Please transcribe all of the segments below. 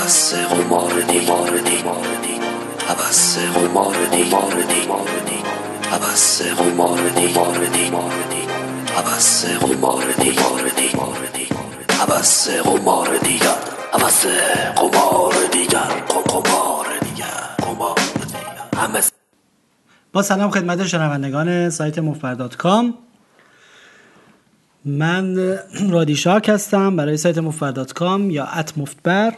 هوس قمار دیوارنی هوس قمار دیوارنی هوس قمار دیوارنی هوس قمار دیوارنی هوس قمار دیگر هوس قمار دیگر قمار دیگر قمار دیگر. با سلام خدمت شنوندگان سایت مفبر.com. من رادیشاک هستم برای سایت مفبر.com یا @مفبر.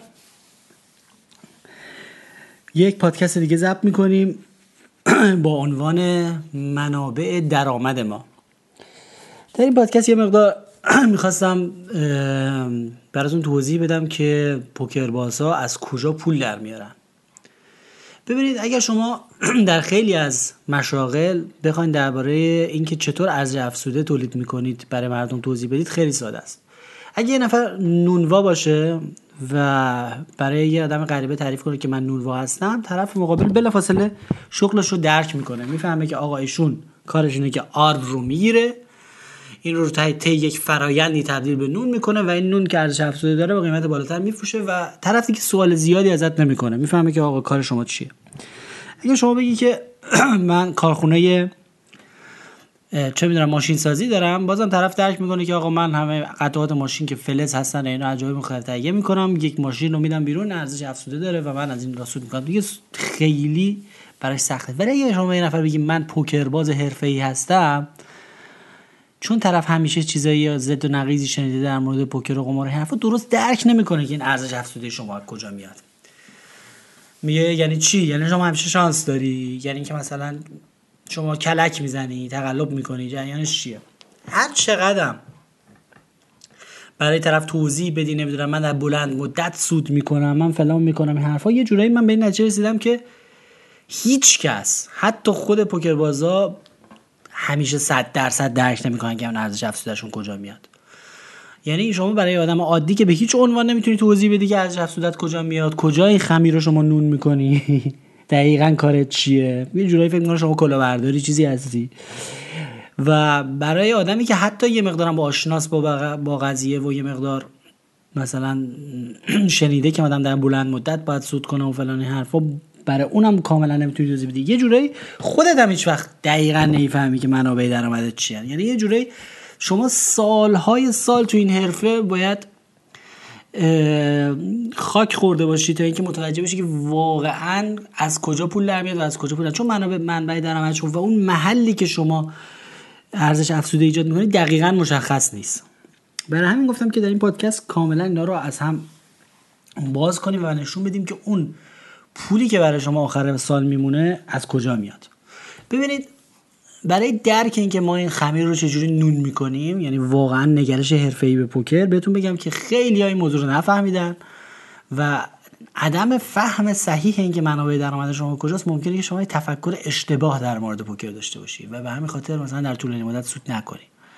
یک پادکست دیگه ضبط میکنیم با عنوان منابع درآمد ما. در این پادکست یه مقدار میخواستم براتون توضیح بدم که پوکربازها از کجا پول در میارن. ببینید، اگر شما در خیلی از مشاغل بخواید درباره اینکه چطور ارزش افزوده تولید میکنید برای مردم توضیح بدید، خیلی ساده است. اگه یه نفر نونوا باشه و برای یه آدم غریبه تعریف کنه که من نونوا هستم، طرف مقابل بلافاصله شغلش رو درک میکنه، میفهمه که آقا ایشون کارش اینه که آرد رو میگیره، این رو طی یک فرایندی تبدیل به نون میکنه و این نون که ارزش افزوده داره با قیمت بالاتر میفروشه و طرف دیگه سوال زیادی ازت نمیکنه، میفهمه که آقا کار شما چیه. اگه شما بگی که من کارخونه چه میدونم ماشین سازی دارم، بازم طرف درک میکنه که آقا من همه قطعات ماشین که فلز هستن اینا عجایب مختلف تهیه میکنم، یک ماشین رو میدم بیرون ارزش افزوده داره و من از این راسود میکنم، دیگه خیلی براش سخته. ولی اگه شما یه نفر بگی من پوکرباز حرفه‌ای هستم، چون طرف همیشه چیزایی ضد و نقیضی شنیده در مورد پوکر و قمار، حرفا درست درک نمیکنه که این ارزش افزوده شما از کجا میاد. میگه یعنی چی؟ یعنی شما همیشه شانس داری؟ یعنی که مثلا شما کلک میزنی، تقلب میکنی؟ جریانش چیه؟ هر چقدرم برای طرف توضیح بدی، نمیدونم من در بلند مدت سود میکنم، من فلان میکنم، این حرفا، یه جورایی من به این نتیجه رسیدم که هیچ کس، حتی خود پوکربازا، همیشه 100% درک نمیکنن که اون ارزش افزودهشون کجا میاد. یعنی شما برای آدم عادی که به هیچ عنوان نمیتونی توضیح بدی که ارزش افزودت کجا میاد، کجا این خمیر رو شما نون میکنی، دقیقاً کارت چیه، یه جورایی فکر میکنه شما کلاهبرداری چیزی هستی. و برای آدمی که حتی یه مقدارم با آشناس با قضیه و یه مقدار مثلا شنیده که آدم در بلند مدت باید سود کنه و فلان حرفا، برای اونم کاملا نمیتونی توضیح بدی. یه جورایی خودت هم هیچ وقت دقیقاً نمیفهمی که منابع درآمدت چیه. یعنی یه جورایی شما سالهای سال تو این حرفه باید خاک خورده باشی تا اینکه متوجه بشی که واقعاً از کجا پول در میاد و از کجا پول در، چون منبع درآمدش و اون محلی که شما ارزش افزوده ایجاد می‌کنی دقیقاً مشخص نیست. برای همین گفتم که در این پادکست کاملا اینا رو از هم باز کنیم و نشون بدیم که اون پولی که برای شما آخر سال میمونه از کجا میاد. ببینید، برای درک این که ما این خمیر رو چجوری نون میکنیم، یعنی واقعا نگرش حرفه‌ای به پوکر، بهتون بگم که خیلی ها این موضوع رو نفهمیدن و عدم فهم صحیح این که منابع درآمد شما کجاست ممکنه که شما تفکر اشتباه در مورد پوکر داشته باشی و به همین خاطر مثلا در طولانی مدت سود نکنی.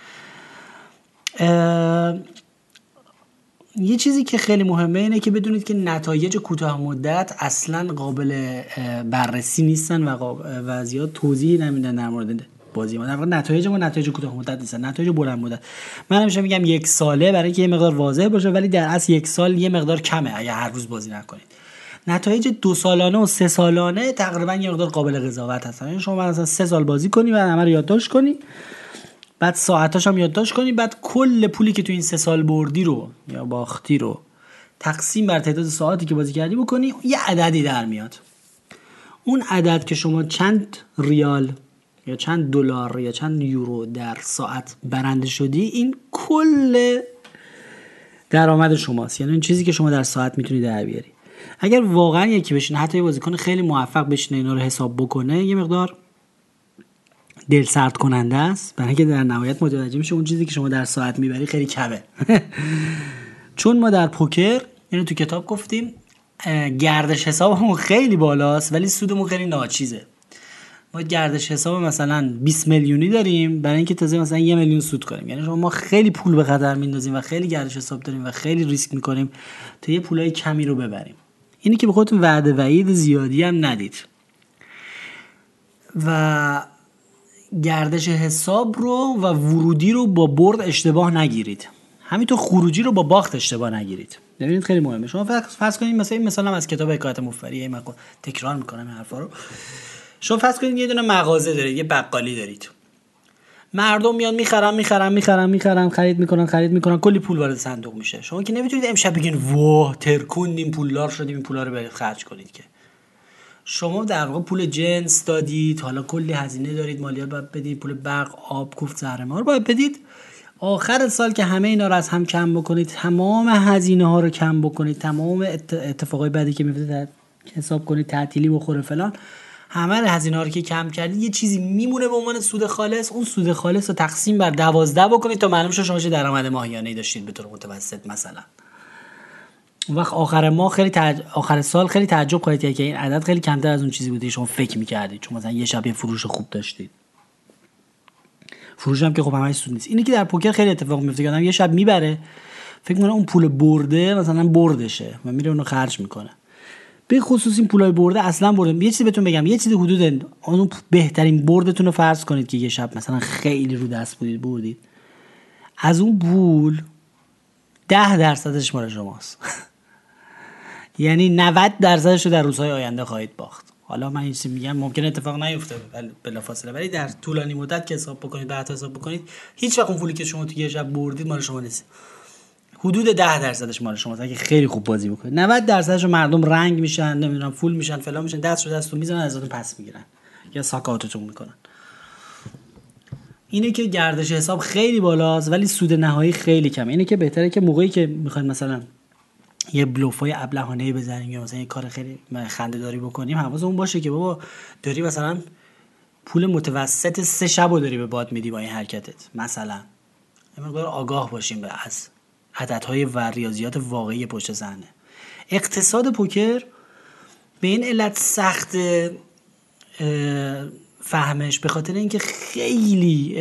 یه چیزی که خیلی مهمه اینه که بدونید که نتایج کوتاه مدت اصلا قابل بررسی نیستن و زیاد توضیحی نمیدن در مورد بازی ما. در واقع نتایج کوتاه مدت نیستن، نتایج بلند مدت. من همیشه میگم یک ساله برای اینکه یه مقدار واضح باشه، ولی در اصل یک سال یه مقدار کمه اگه هر روز بازی نکنید. نتایج 2 سالانه و 3 سالانه تقریبا یه مقدار قابل قضاوت هستن. یعنی شما مثلا 3 سال بازی کنی و همه رو یادداشت کنی، بعد ساعتاش هم یادداشت کنی، بعد کل پولی که تو این 3 سال بردی رو یا باختی رو تقسیم بر تعداد ساعتی که بازی کردی بکنی، یه عددی در میاد. اون عدد که شما چند ریال یا چند دلار یا چند یورو در ساعت برنده شدی، این کل درآمد شماست. یعنی این چیزی که شما در ساعت میتونی در بیاری. اگر واقعا یکی بشینه، حتی یه بازیکن خیلی موفق بشینه اینا رو حساب بکنه، یه مقدار دل سرد کننده است، برای اینکه در نهایت متوجه میشه اون چیزی که شما در ساعت میبری خیلی کمه. چون ما در پوکر، اینو تو کتاب گفتیم، گردش حسابمون خیلی بالاست ولی سودمون خیلی ناچیزه. ما گردش حساب مثلا 20 میلیونی داریم برای اینکه تازه مثلا 1 میلیون سود کنیم. یعنی ما خیلی پول به خطر میندازیم و خیلی گردش حساب داریم و خیلی ریسک میکنیم تا یه پولای کمی رو ببریم. اینی که به خودتون وعده وعید زیادی هم ندید و گردش حساب رو و ورودی رو با برد اشتباه نگیرید، همینطور خروجی رو با باخت اشتباه نگیرید. ببینید خیلی مهمه. شما فرض کنید مثلا این مثلا از کتاب حکایت مفبریه، من تکرار میکنم این حرفا رو. شما فرض کنید یه دونه مغازه دارید، یه بقالی دارید، مردم میان میخرن، خرید میکنن، کلی پول وارد صندوق میشه. شما که نمیتونید امشب بگین واه ترکوندیم پولدار شدیم این پولا رو برید خرج کنید، که شما در واقع پول جنس دادید، حالا کلی هزینه دارید، مالیات باید بدید، پول برق، آب، کوفت، زهرمار باید بدید. آخر سال که همه اینا رو از هم کم بکنید، تمام هزینه ها رو کم بکنید، تمام اتفاقای بعدی که میفته حساب کنید، تعطیلی بخوره فلان، همه هزینه ها رو که کم کردید یه چیزی میمونه به عنوان سود خالص. اون سود خالص رو تقسیم بر 12 بکنید تا معلوم شه شما چه درآمد ماهیانه‌ای داشتید به طور متوسط. مثلا اون وقت آخر سال خیلی تعجب خواهید کرد که این عدد خیلی کمتر از اون چیزی بوده شما فکر می‌کردید، چون مثلا یه شب یه فروش خوب داشتید. فروش هم که خب همش سود نیست. اینی که در پوکر خیلی اتفاق میفته که آدم یه شب میبره، فکر می‌کنه اون پول برده مثلا بردشه و میره اونو خرج میکنه. به خصوص این پولای برده اصلا برده. یه چیزی بهتون بگم، یه چیزی حدود اون بهترین بردتون رو فرض کنید که یه شب مثلا خیلی رو دست بودید بردید، از اون پول 10% مال شماست. یعنی 90% رو در روزهای آینده خواهید باخت. حالا من این چیزی میگم ممکنه اتفاق نیفته بلافاصله، ولی در طولانی مدت که حساب بکنید، بعد حساب بکنید، هیچ وقت اون پولی که شما تو یه شب بردید مال شما نیست. حدود 10% مال شماست اگه خیلی خوب بازی بکنید. 90% رو مردم رنگ میشن، نمیدونم فول میشن، فلان میشن، دستتون میزنن، ازتون پس میگیرن یا ساکاتتون میکنن. اینه که گردش حساب خیلی بالاست ولی سود نهایی خیلی کمه. اینه که بهتره که موقعی که میخواید مثلا یه بلوفای ابلهانه‌ای بزنیم یا مثلا یه کار خیلی خنده‌داری بکنیم، حواسمون باشه که بابا داری مثلا پول متوسط 3 شبو داری به باد میدی با این حرکتت. مثلا یه مقدار آگاه باشیم از عددهای و ریاضیات واقعی پشت صحنه. اقتصاد پوکر به این علت سخت فهمش، به خاطر اینکه خیلی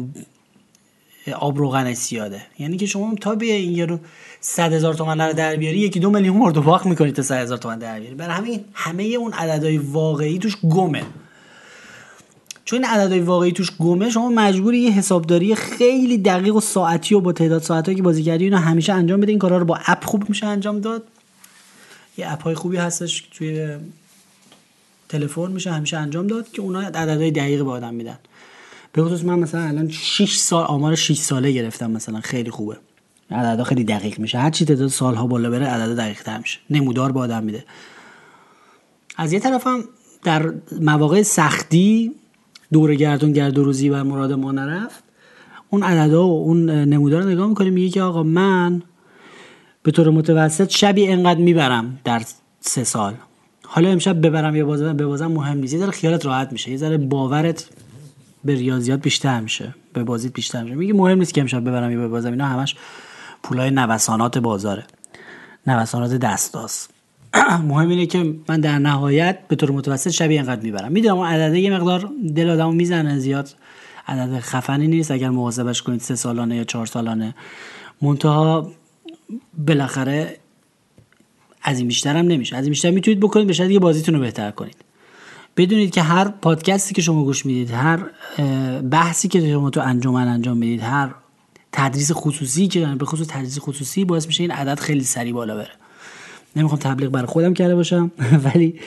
آب روغنش زیاده. یعنی که شما تا بیای این یارو 100,000 تومان رو در بیاری 1-2 میلیون مرد و باخت میکنید تا 100,000 تومان در بیاری. برای همین همه اون عددهای واقعی توش گمه. چون عددهای واقعی توش گمه، شما مجبوری یه حسابداری خیلی دقیق و ساعتی و با تعداد ساعتایی که بازی کردی اینو همیشه انجام بده. این کارا رو با اپ خوب میشه انجام داد. یه اپ‌های خوبی هستش توی تلفن میشه همیشه انجام داد که اونا عددهای دقیق به آدم میدن. به خصوص من مثلا الان 6 سال آمار 6 ساله گرفتم، مثلا خیلی خوبه. عددها خیلی دقیق میشه. هر چی تعداد سالها بالا بره عدد دقیق‌تر میشه. نمودار به آدم میده. از یه طرفم در مواقع سختی دور گردون گرد و روزی بر مراد ما نرفت، اون عددا و اون نمودار رو نگاه می‌کنیم، میگه که آقا من به طور متوسط شبی اینقدر میبرم در 3 سال. حالا امشب ببرم یا ببازم مهم نیست. یه ذره خیالت راحت میشه، یه ذره باورت به ریاضیات بیشتر میشه، به بازیت بیشتر میشه. میگه مهم نیست که امشب ببرم یا ببازم، اینا همش پولای نوسانات بازاره، نوسانات دستاست. مهم اینه که من در نهایت به طور متوسط شبیه اینقدر میبرم. میدونم اون عدده یه مقدار دل آدمو میزنه، زیاد عدد خفنی نیست اگر محاسبش کنید 3 سالانه یا 4 سالانه، منتها بالاخره از این بیشتر هم نمیشه. از این بیشتر میتونید بکنید به شرطی که بازیتون رو بهتر کنید. بدونید که هر پادکستی که شما گوش میدید، هر بحثی که شما تو انجمن انجام میدید، هر تدریس خصوصی که به خصوص تدریس خصوصی باعث میشه این عدد خیلی سریع بالا بره. نمیخوام تبلیغ برای خودم کرده باشم ولی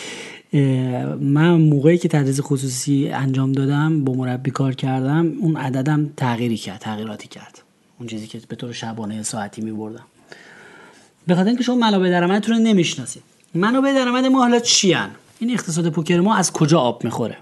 من موقعی که تدریس خصوصی انجام دادم، با مربی کار کردم، اون عددم تغییراتی کرد. اون چیزی که به طور شبانه ساعتی میبردم. به خاطر اینکه شما منابع درآمدتون رو نمیشناسید. منابع درآمد ما حالا چی ان؟ این اقتصاد پوکر ما از کجا آب میخوره؟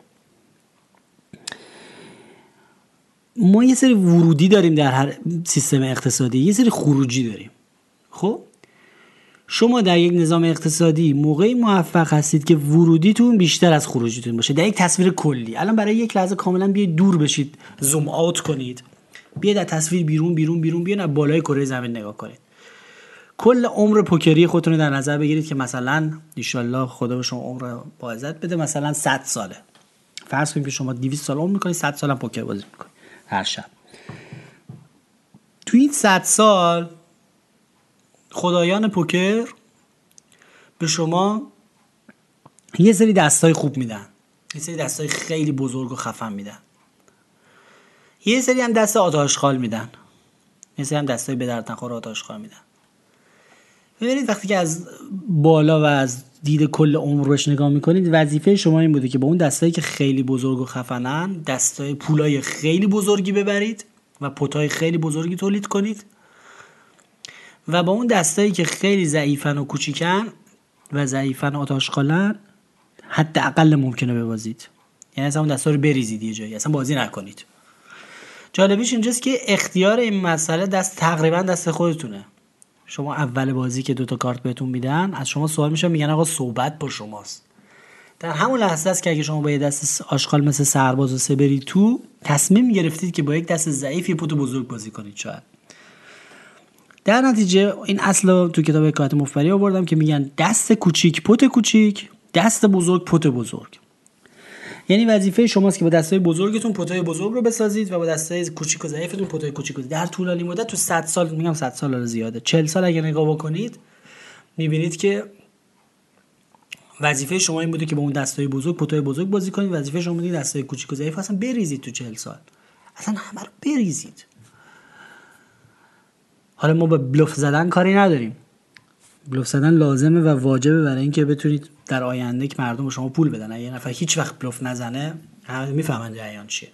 ما یه سری ورودی داریم در هر سیستم اقتصادی، یه سری خروجی داریم. خب شما در یک نظام اقتصادی موقعی موفق هستید که ورودیتون بیشتر از خروجیتون باشه. در یک تصویر کلی، الان برای یک لحظه کاملا بیاید دور بشید، زوم آوت کنید، بیاید از تصویر بیرون بیاید از بالای کره زمین نگاه کنید. کل عمر پوکری خودتون رو در نظر بگیرید که مثلا ان شاءالله خدا به شما عمر با عزت بده، مثلا 100 ساله. فرض کنید که شما 200 سال عمر می‌کنید، 100 سال هم پوکر بازی می‌کنید هر شب. تو این 100 سال خدایان پوکر به شما یه سری دستای خوب میدن، یه سری دستای خیلی بزرگ و خفن میدن، یه سری هم دست آتاشخال میدن، یه سری هم دستای به درد نخور آتاشخال میدن. ببینید وقتی که از بالا و از دید کل عمر روش نگاه میکنید، وظیفه شما این بوده که با اون دستایی که خیلی بزرگ و خفنن دستای پولای خیلی بزرگی ببرید و پتای خیلی بزرگی تولید کنید و با اون دستایی که خیلی ضعیفن و کوچیکن و ضعیفن و آتاشخالن حداقل ممکنه ببازید. یعنی اصلا اون دستا رو بریزید یه جایی، اصلا بازی نکنید. جالبیش اینجاست که اختیار این مسئله تقریبا دست خودتونه. شما اول بازی که 2 کارت بهتون میدن، از شما سوال میشه، میگن آقا صحبت با شماست. در همون لحظه است که اگه شما با یه دست آشغال مثل سرباز و سه برید تو، تصمیم گرفتید که با یک دست ضعیف یه پت بزرگ بازی کنید. شاید در نتیجه این اصل تو کتاب حکایت مفبری آوردم که میگن دست کوچیک پت کوچیک، دست بزرگ پت بزرگ. یعنی وظیفه شماست که با دستای بزرگتون پتای بزرگ رو بسازید و با دستای کوچیک و ضعیفتون پتای کوچیک رو. در طولانی مدت تو 100 سال، میگم 100 سال زیاده، 40 سال اگه نگاه بکنید میبینید که وظیفه شما این بوده که با اون دستای بزرگ پتای بزرگ بازی کنید. وظیفه شما بوده دستای کوچیک و ضعیف اصلا بریزید تو 40 سال. اصلا همه رو بریزید. حالا ما با بلوف زدن کاری نداریم. بلوف زدن لازمه و واجبه برای اینکه بتونید در آینده که مردم به شما پول بدن. اگه یه نفر هیچ وقت بلوف نزنه، همه میفهمن جریان چیه.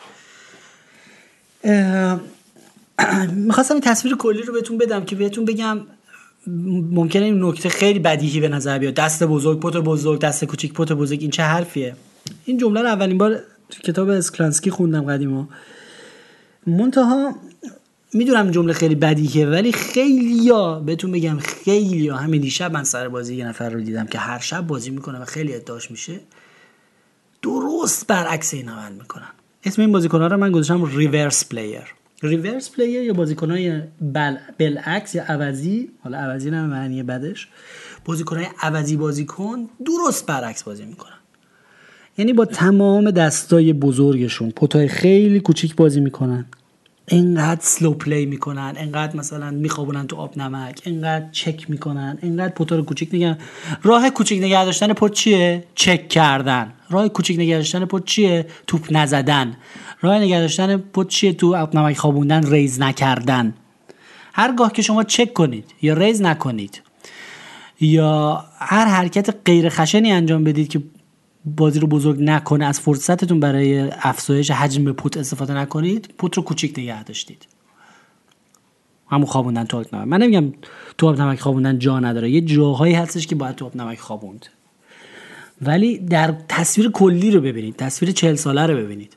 میخواستم این تصویر کلی رو بهتون بدم که بهتون بگم ممکنه این نکته خیلی بدیهی به نظر بیاد، دست بزرگ پت بزرگ، دست کوچیک پت بزرگ، این چه حرفیه؟ این جمله رو اولین بار تو کتاب اسکلانسکی خوندم قدیما. منتها میدونم جمله خیلی بدیهیه، ولی خیلیا بهتون بگم خیلیا، همین دیشب من سر بازی یه نفر رو دیدم که هر شب بازی میکنه و خیلی ادعاش میشه درست برعکس این عمل میکنن. اسم این بازیکن‌ها رو من گذاشتم ریورس پلیر. ریورس پلیر یا بازیکن‌های بالعکس یا عوضی، حالا عوضی نه معنی بدش، بازیکن‌های عوضی بازیکن درست برعکس بازی میکنن. یعنی با تمام دستای بزرگشون پتای خیلی کوچیک بازی میکنن، اینقدر سلو پلی میکنن، اینقدر مثلا میخوابونن تو آب نمک، اینقدر چک میکنن، اینقدر پتا رو کوچیک نگه. راه کوچیک نگه داشتن پت چیه؟ چک کردن. راه کوچیک نگه داشتن پت چیه؟ توپ نزدن. راه نگه داشتن پت چیه؟ تو آب نمک خوابوندن، ریز نکردن. هرگاه که شما چک کنید یا ریز نکنید یا هر حرکت غیر خشنی انجام بدید که بازی رو بزرگ نکنه، از فرصتتون برای افزایش حجم پت استفاده نکنید، پت رو کوچیک نگه داشتید. همون خوابوندن تو آب نمک. من نمیگم تو آب نمک خوابوندن جا نداره، یه جاهایی هستش که باید تو آب نمک خوابوند، ولی در تصویر کلی رو ببینید، تصویر 40 ساله رو ببینید.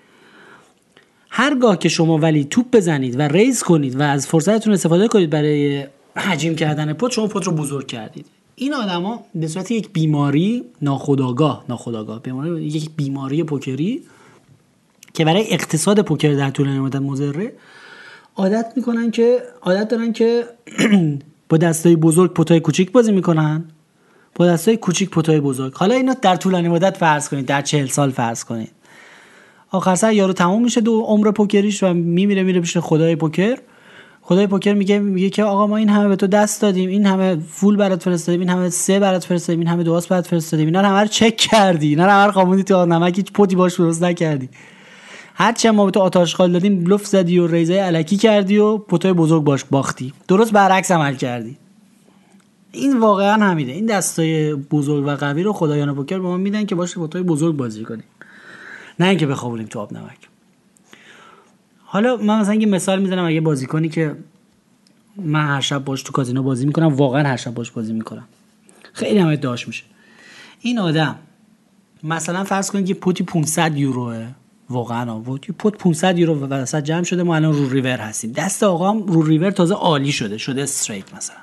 هرگاه که شما ولی توپ بزنید و ریز کنید و از فرصتتون استفاده کنید برای حجم کردن پت، شما پت رو بزرگ کردید. این آدما به صورت یک بیماری ناخودآگاه یک بیماری پوکری که برای اقتصاد پوکر در طول مدت مضره، عادت دارن که با دستای بزرگ پتای کوچیک بازی میکنن، با دستای کوچیک پتای بزرگ. حالا اینا در طول مدت فرض کنید، در 40 سال فرض کنید، آخر سر یارو تموم میشه عمر پوکریش و میره پیش خدای پوکر. خدای پوکر میگه که آقا ما این همه به تو دست دادیم، این همه فول برات فرستادیم، این همه سه برات فرستادیم، این همه دواس برات فرستادیم، اینا رو همه رو چک کردی، اینا رو همه رو خوابوندی تو آب نمک، هیچ پتی باش درست نکردی. هرچی ما به تو آتاشخال دادیم بلوف زدی و ریزای الکی کردی و پتای بزرگ باش باختی. درست برعکس عمل کردی. این واقعا همینه. این دستای بزرگ و قوی رو خدایان پوکر به ما میدن که باشه پتای بزرگ بازی کنیم، نه اینکه بخوابونیم تو آب نمک. حالا من مثلا یه مثال میزنم. اگه بازیکنی که من هر شب باش تو کازینو بازی میکنم، واقعا هر شب باش بازی میکنم، خیلی هم ادعاش میشه، این آدم مثلا فرض کنید که پوتی 500 یوروه، واقعا پوت 500 یورو وسط جمع شده، ما الان رو ریور هستیم، دست آقام رو ریور تازه عالی شده استریت مثلا،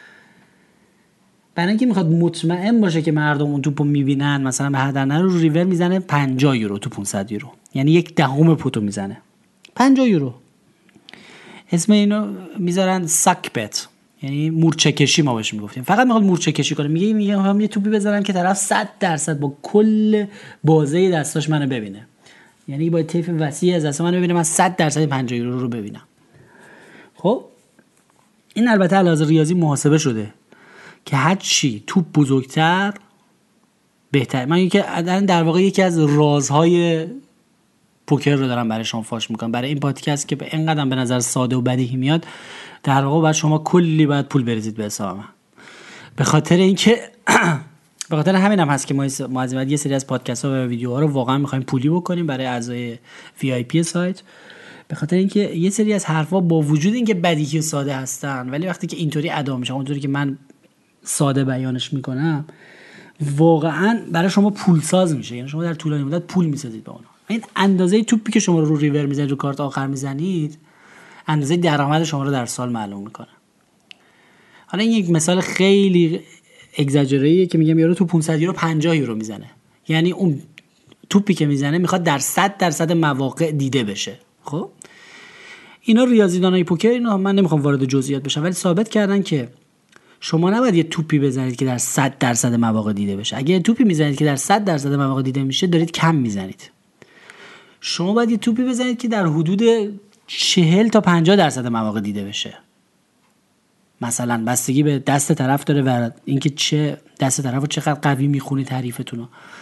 برای اینکه میخواد مطمئن باشه که مردم اون توپو میبینن مثلا به هدر نره، رو ریور میزنه 50 یورو تو 500 یورو، یعنی یک دهم پوتو میزنه 50 یورو. اسم اینو میذارن ساک بت، یعنی مورچه کشی ما بهش میگفتیم. فقط میخواد مورچه کشی کنه، میگه هم یه توپی بزنم که طرف 100% با کل بازه دستاش منو ببینه، یعنی با طیف وسیع از دست منو ببینه، من 100% 50 یورو رو ببینم. خب این البته علاوه ریاضی محاسبه شده که هر چی توپ بزرگتر بهتر. من در واقع یکی از رازهای پوکر رو دارم برای شما فاش میکنم. برای این پادکست که به اینقدر به نظر ساده و بدیهی میاد، در واقع باید شما کلی باید پول بریزید به حساب من. به خاطر اینکه به خاطر همین هم هست که ما از یه سری از پادکست ها و ویدیوها رو واقعا میخوایم پولی بکنیم برای اعضای VIP سایت. به خاطر اینکه یه سری از حرفا با وجود اینکه بدیهی و ساده هستن، ولی وقتی که اینطوری ادا میشه، اونطوری که من ساده بیانش میکنم، واقعا برای شما پول ساز میشه. یعنی شما در طولانی مدت پول میسازید با اونها. این اندازه توپی که شما رو ریور میزنید، رو کارت آخر میزنید، اندازه درآمد شما رو در سال معلوم میکنه. حالا این یک مثال خیلی اگزاجریه که میگم یارو تو 500 یورو 50 یورو میزنه، یعنی اون توپی که میزنه میخواد در 100% مواقع دیده بشه. خب اینا ریاضیدانای پوکر، اینا من نمیخوام وارد جزئیات بشم، ولی ثابت کردن که شما نباید یه توپی بزنید که در 100% مواقع دیده بشه. اگه یه توپی میزنید که در 100% مواقع دیده میشه، دارید کم میزنید. شما باید یه توپی بزنید که در حدود 40 تا 50% مواقع دیده بشه. مثلا بستگی به دست طرف داره و اینکه چه دست طرفو چقدر قوی میخونید حریفتونو،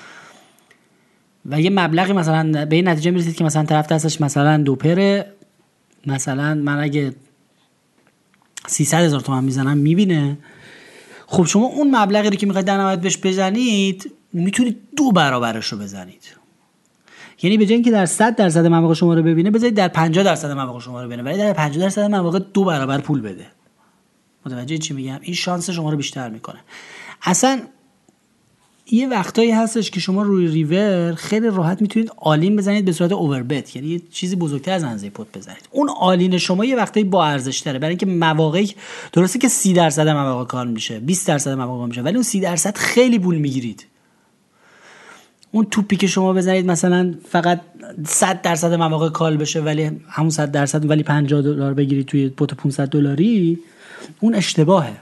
و یه مبلغی مثلا به این نتیجه میرسید که مثلا طرف دستش مثلا 2 پره، مثلا من اگه 300,000 تومان میزنم میبینه. خب شما اون مبلغی رو که میخواید در نهایت بهش بزنید، میتونید 2 برابرش رو بزنید. یعنی به جای اینکه در 100% مواقع شما رو ببینه، بذارید در 50% مواقع شما رو ببینه، ولی در 50% مواقع 2 برابر پول بده. متوجه چی میگم؟ این شانس شما رو بیشتر میکنه. اصلا یه وقتایی هستش که شما روی ریور خیلی راحت میتونید آلین بزنید به صورت اووربت، یعنی یه چیزی بزرگتر از اندازه پوت بزنید. اون آلین شما یه وقتایی با ارزش تره، برای اینکه مواقعی درسته که 30% مواقع کار میشه، 20% مواقع میشه، ولی اون 30% خیلی پول میگیرید. اون توپی که شما بزنید مثلا فقط 100% مواقع کال بشه، ولی همون 100% ولی $50 بگیرید توی پوت $500، اون اشتباهه.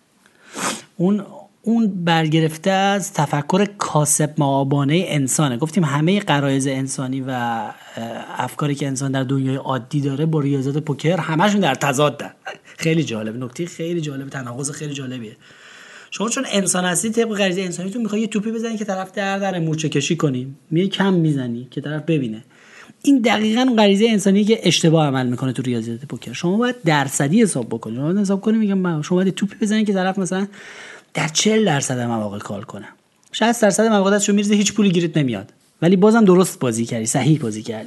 اون برگرفته از تفکر کاسب مآبانه انسانه. گفتیم همه غرایز انسانی و افکاری که انسان در دنیای عادی داره با ریاضت پوکر همشون در تضادن. خیلی جالب، نکته خیلی جالب، تناقض خیلی جالبیه. شما چون انسان هستی، طبق غریزه انسانیتون میخوای یه توپی بزنی که طرف در مورچه کشی کنی، میای کم میزنی که طرف ببینه. این دقیقاً غریزه انسانیه که اشتباه عمل میکنه تو ریاضیات پوکر. شما باید درصدی حساب بکنید. شما باید حساب کنید، میگم شما باید توپی بزنید که طرف مثلا در 40% مواقع کال کنه، 60% مواقع دستشو میرزه، هیچ پولی گیرت نمیاد، ولی بازم درست بازی کردی، صحیح بازی کردی.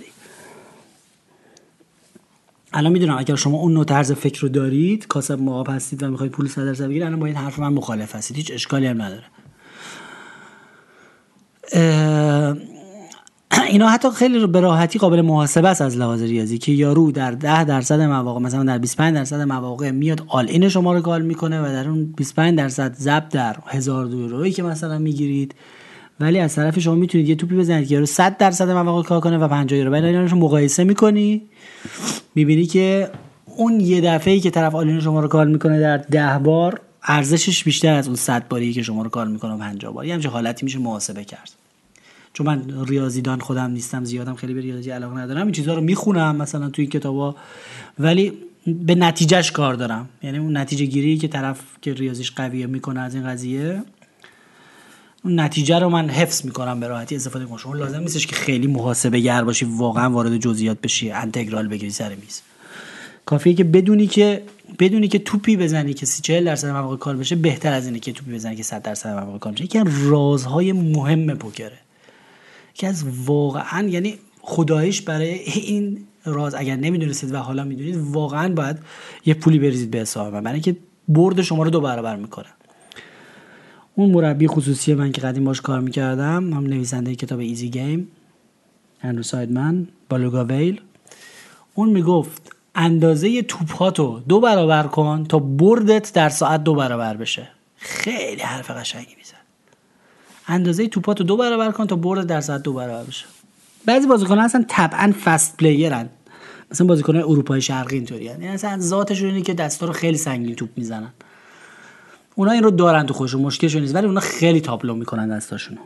الان میدونم اگر شما اون نوع طرز فکر رو دارید، کاسب معاب هستید و میخواید پول 100% بگیرید، الان با این حرف من مخالف هستید، هیچ اشکالی هم نداره. اینا حتی خیلی به راحتی قابل محاسبه است از لحاظ ریاضی، که یارو در 10% مواقع، مثلا در 25% مواقع میاد آل این شما رو کال میکنه و در اون 25% ضرب در 1000 یورویی که مثلا میگیرید، ولی از طرف شما میتونید یه توپی بزنید که یارو 100% مواقع کال کنه و 50 یورو. ولی ایناشو مقایسه میکنی، میبینی که اون یه دفعه‌ای که طرف آل این شما رو کال میکنه در 10 بار، ارزشش بیشتر از اون 100 باری که شما رو کال میکنه 50 بار. همین حالتی میشه محاسبه کرد. چون من ریاضیدان خودم نیستم، زیادم خیلی به ریاضی علاقه ندارم، این چیزها رو میخونم مثلا توی کتابا، ولی به نتیجهش کار دارم. یعنی اون نتیجه گیری که طرف که ریاضیش قویه میکنه از این قضیه، اون نتیجه رو من حفظ میکنم، به راحتی استفاده کنم. شما لازم نیستش که خیلی محاسبه گر باشی، واقعا وارد جزئیات بشی، انتگرال بگیری سر میز. کافیه که بدونی که توپی بزنی که 40% مواقع کال بشه، بهتر از اینه که توپی بزنی که 100% مواقع کال بشه. یکی از رازهای مهم پوکره که از واقعا، یعنی خداییش برای این راز اگر نمیدونستید و حالا میدونید، واقعا باید یه پولی بریزید به حساب من، برای اینکه برد شما رو 2 برابر میکنه. اون مربی خصوصی من که قدیم باش کار میکردم، هم نویسنده کتاب ایزی گیم، اندرو سایدمن، بالوگا ویل، اون میگفت اندازه توپاتو 2 برابر کن تا بردت در ساعت 2 برابر بشه. خیلی حرف قشنگی میزد. اندازه توپاتو 2 برابر کن تا برد در ساعت 2 برابر بشه. بعضی بازیکن‌ها اصلا طبعا فست پلیرن، مثلا بازیکن‌های اروپای شرقی اینطوریه، یعنی اصلا ذاتشون اینه که دستا رو خیلی سنگین توپ میزنن. اونا این رو دارن تو خودشون، مشکلشون نیست، ولی اونا خیلی تابلو میکنن دستاشونو.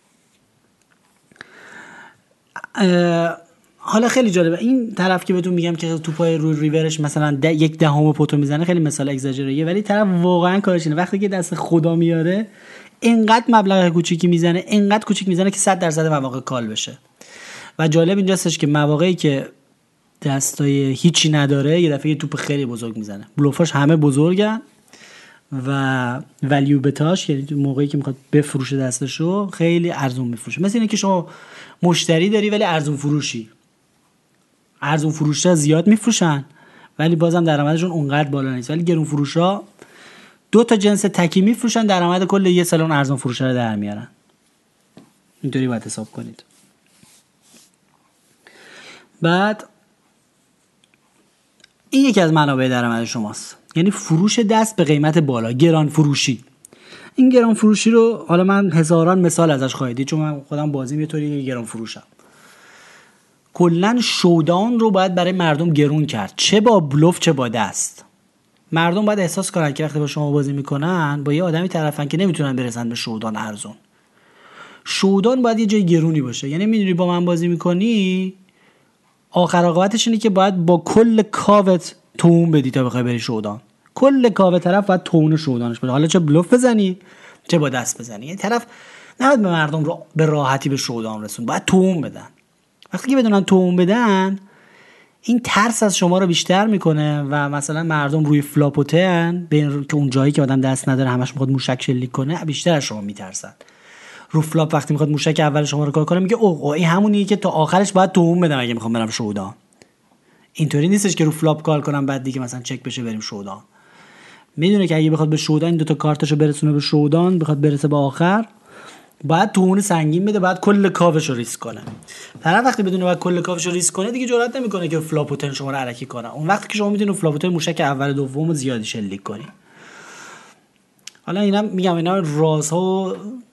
حالا خیلی جالبه این طرف که بهتون میگم که توپای روی ریورش مثلا 1/10 پوتو میزنه، خیلی مثال اگزاجریه، ولی طرف واقعا کارش اینه وقتی که دست خدا میاره اینقدر مبلغ کوچیکی میزنه، اینقدر کوچیک میزنه که 100% مواقع کال بشه. و جالب اینجاستش که مواقعی که دستای هیچی نداره یه دفعه یه توپ خیلی بزرگ میزنه. بلوفاش همه بزرگن و ولیو بتاش، یعنی موقعی که میخواد بفروشه دستشو خیلی ارزون میفروشه. مثل اینه که شما مشتری داری ولی ارزون فروشی. ارزون فروشا زیاد میفروشن ولی بازم درآمدشون اونقدر بالا نیست، ولی گرون فروشا 2 تا جنس تکی میفروشن، درآمد کل یه سالن ارزون فروشا رو در میارن. اینطوری باید حساب کنید. بعد این یکی از منابع درآمد شماست، یعنی فروش دست به قیمت بالا، گران فروشی. این گران فروشی رو حالا من هزاران مثال ازش خواهید دید، چون من خودم بازیم یه طوری گران فروشم. کلن شودان رو باید برای مردم گرون کرد، چه با بلوف چه با دست. مردم باید احساس کنن که وقتی با شما بازی میکنن با یه آدمی طرفن که نمیتونن برسن به شودان ارزون. شودان باید یه جای گرونی باشه، یعنی میدونی با من بازی میکنی آخر عاقبتش اینه که باید با کل کاوت توم بدی تا بخوای بری شودان. کل کاوت طرف باید توم شودانش بده، حالا چه بلوف بزنی چه با دست بزنی. یه طرف نباید به مردم رو به راحتی به شودان رسون، باید توم بدن. وقتی که بدونن توم بدن این ترس از شما رو بیشتر میکنه و مثلا مردم روی فلاپوتن که اون جایی که آدم دست نداره همش میخواد موشک شلیک کنه بیشتر از شما میترسن. رو فلاپ وقتی میخواد موشک اول شما رو کار کنه میگه اوه این همونیه که تا آخرش باید توم بدم اگه میخوام برم شودان. اینطوری نیستش که رو فلاپ کار کنم بعد دیگه مثلا چک بشه بریم شودان. میدونه که اگه بخواد به شودان این 2 تا کارتشو برسونه به شودان، بخواد برسه به آخر باید تومون سنگین بده، باید کل کاوش رو ریسک کنه. طرف وقتی بدونه باید کل کاوش رو ریسک کنه دیگه جرئت نمیکنه که فلاپوتن شما رو الکی کنه. اون وقتی که شما میتونید فلاپوتن موشک اول دوم زیادی شلیک کنی. حالا اینا میگم اینا رازها و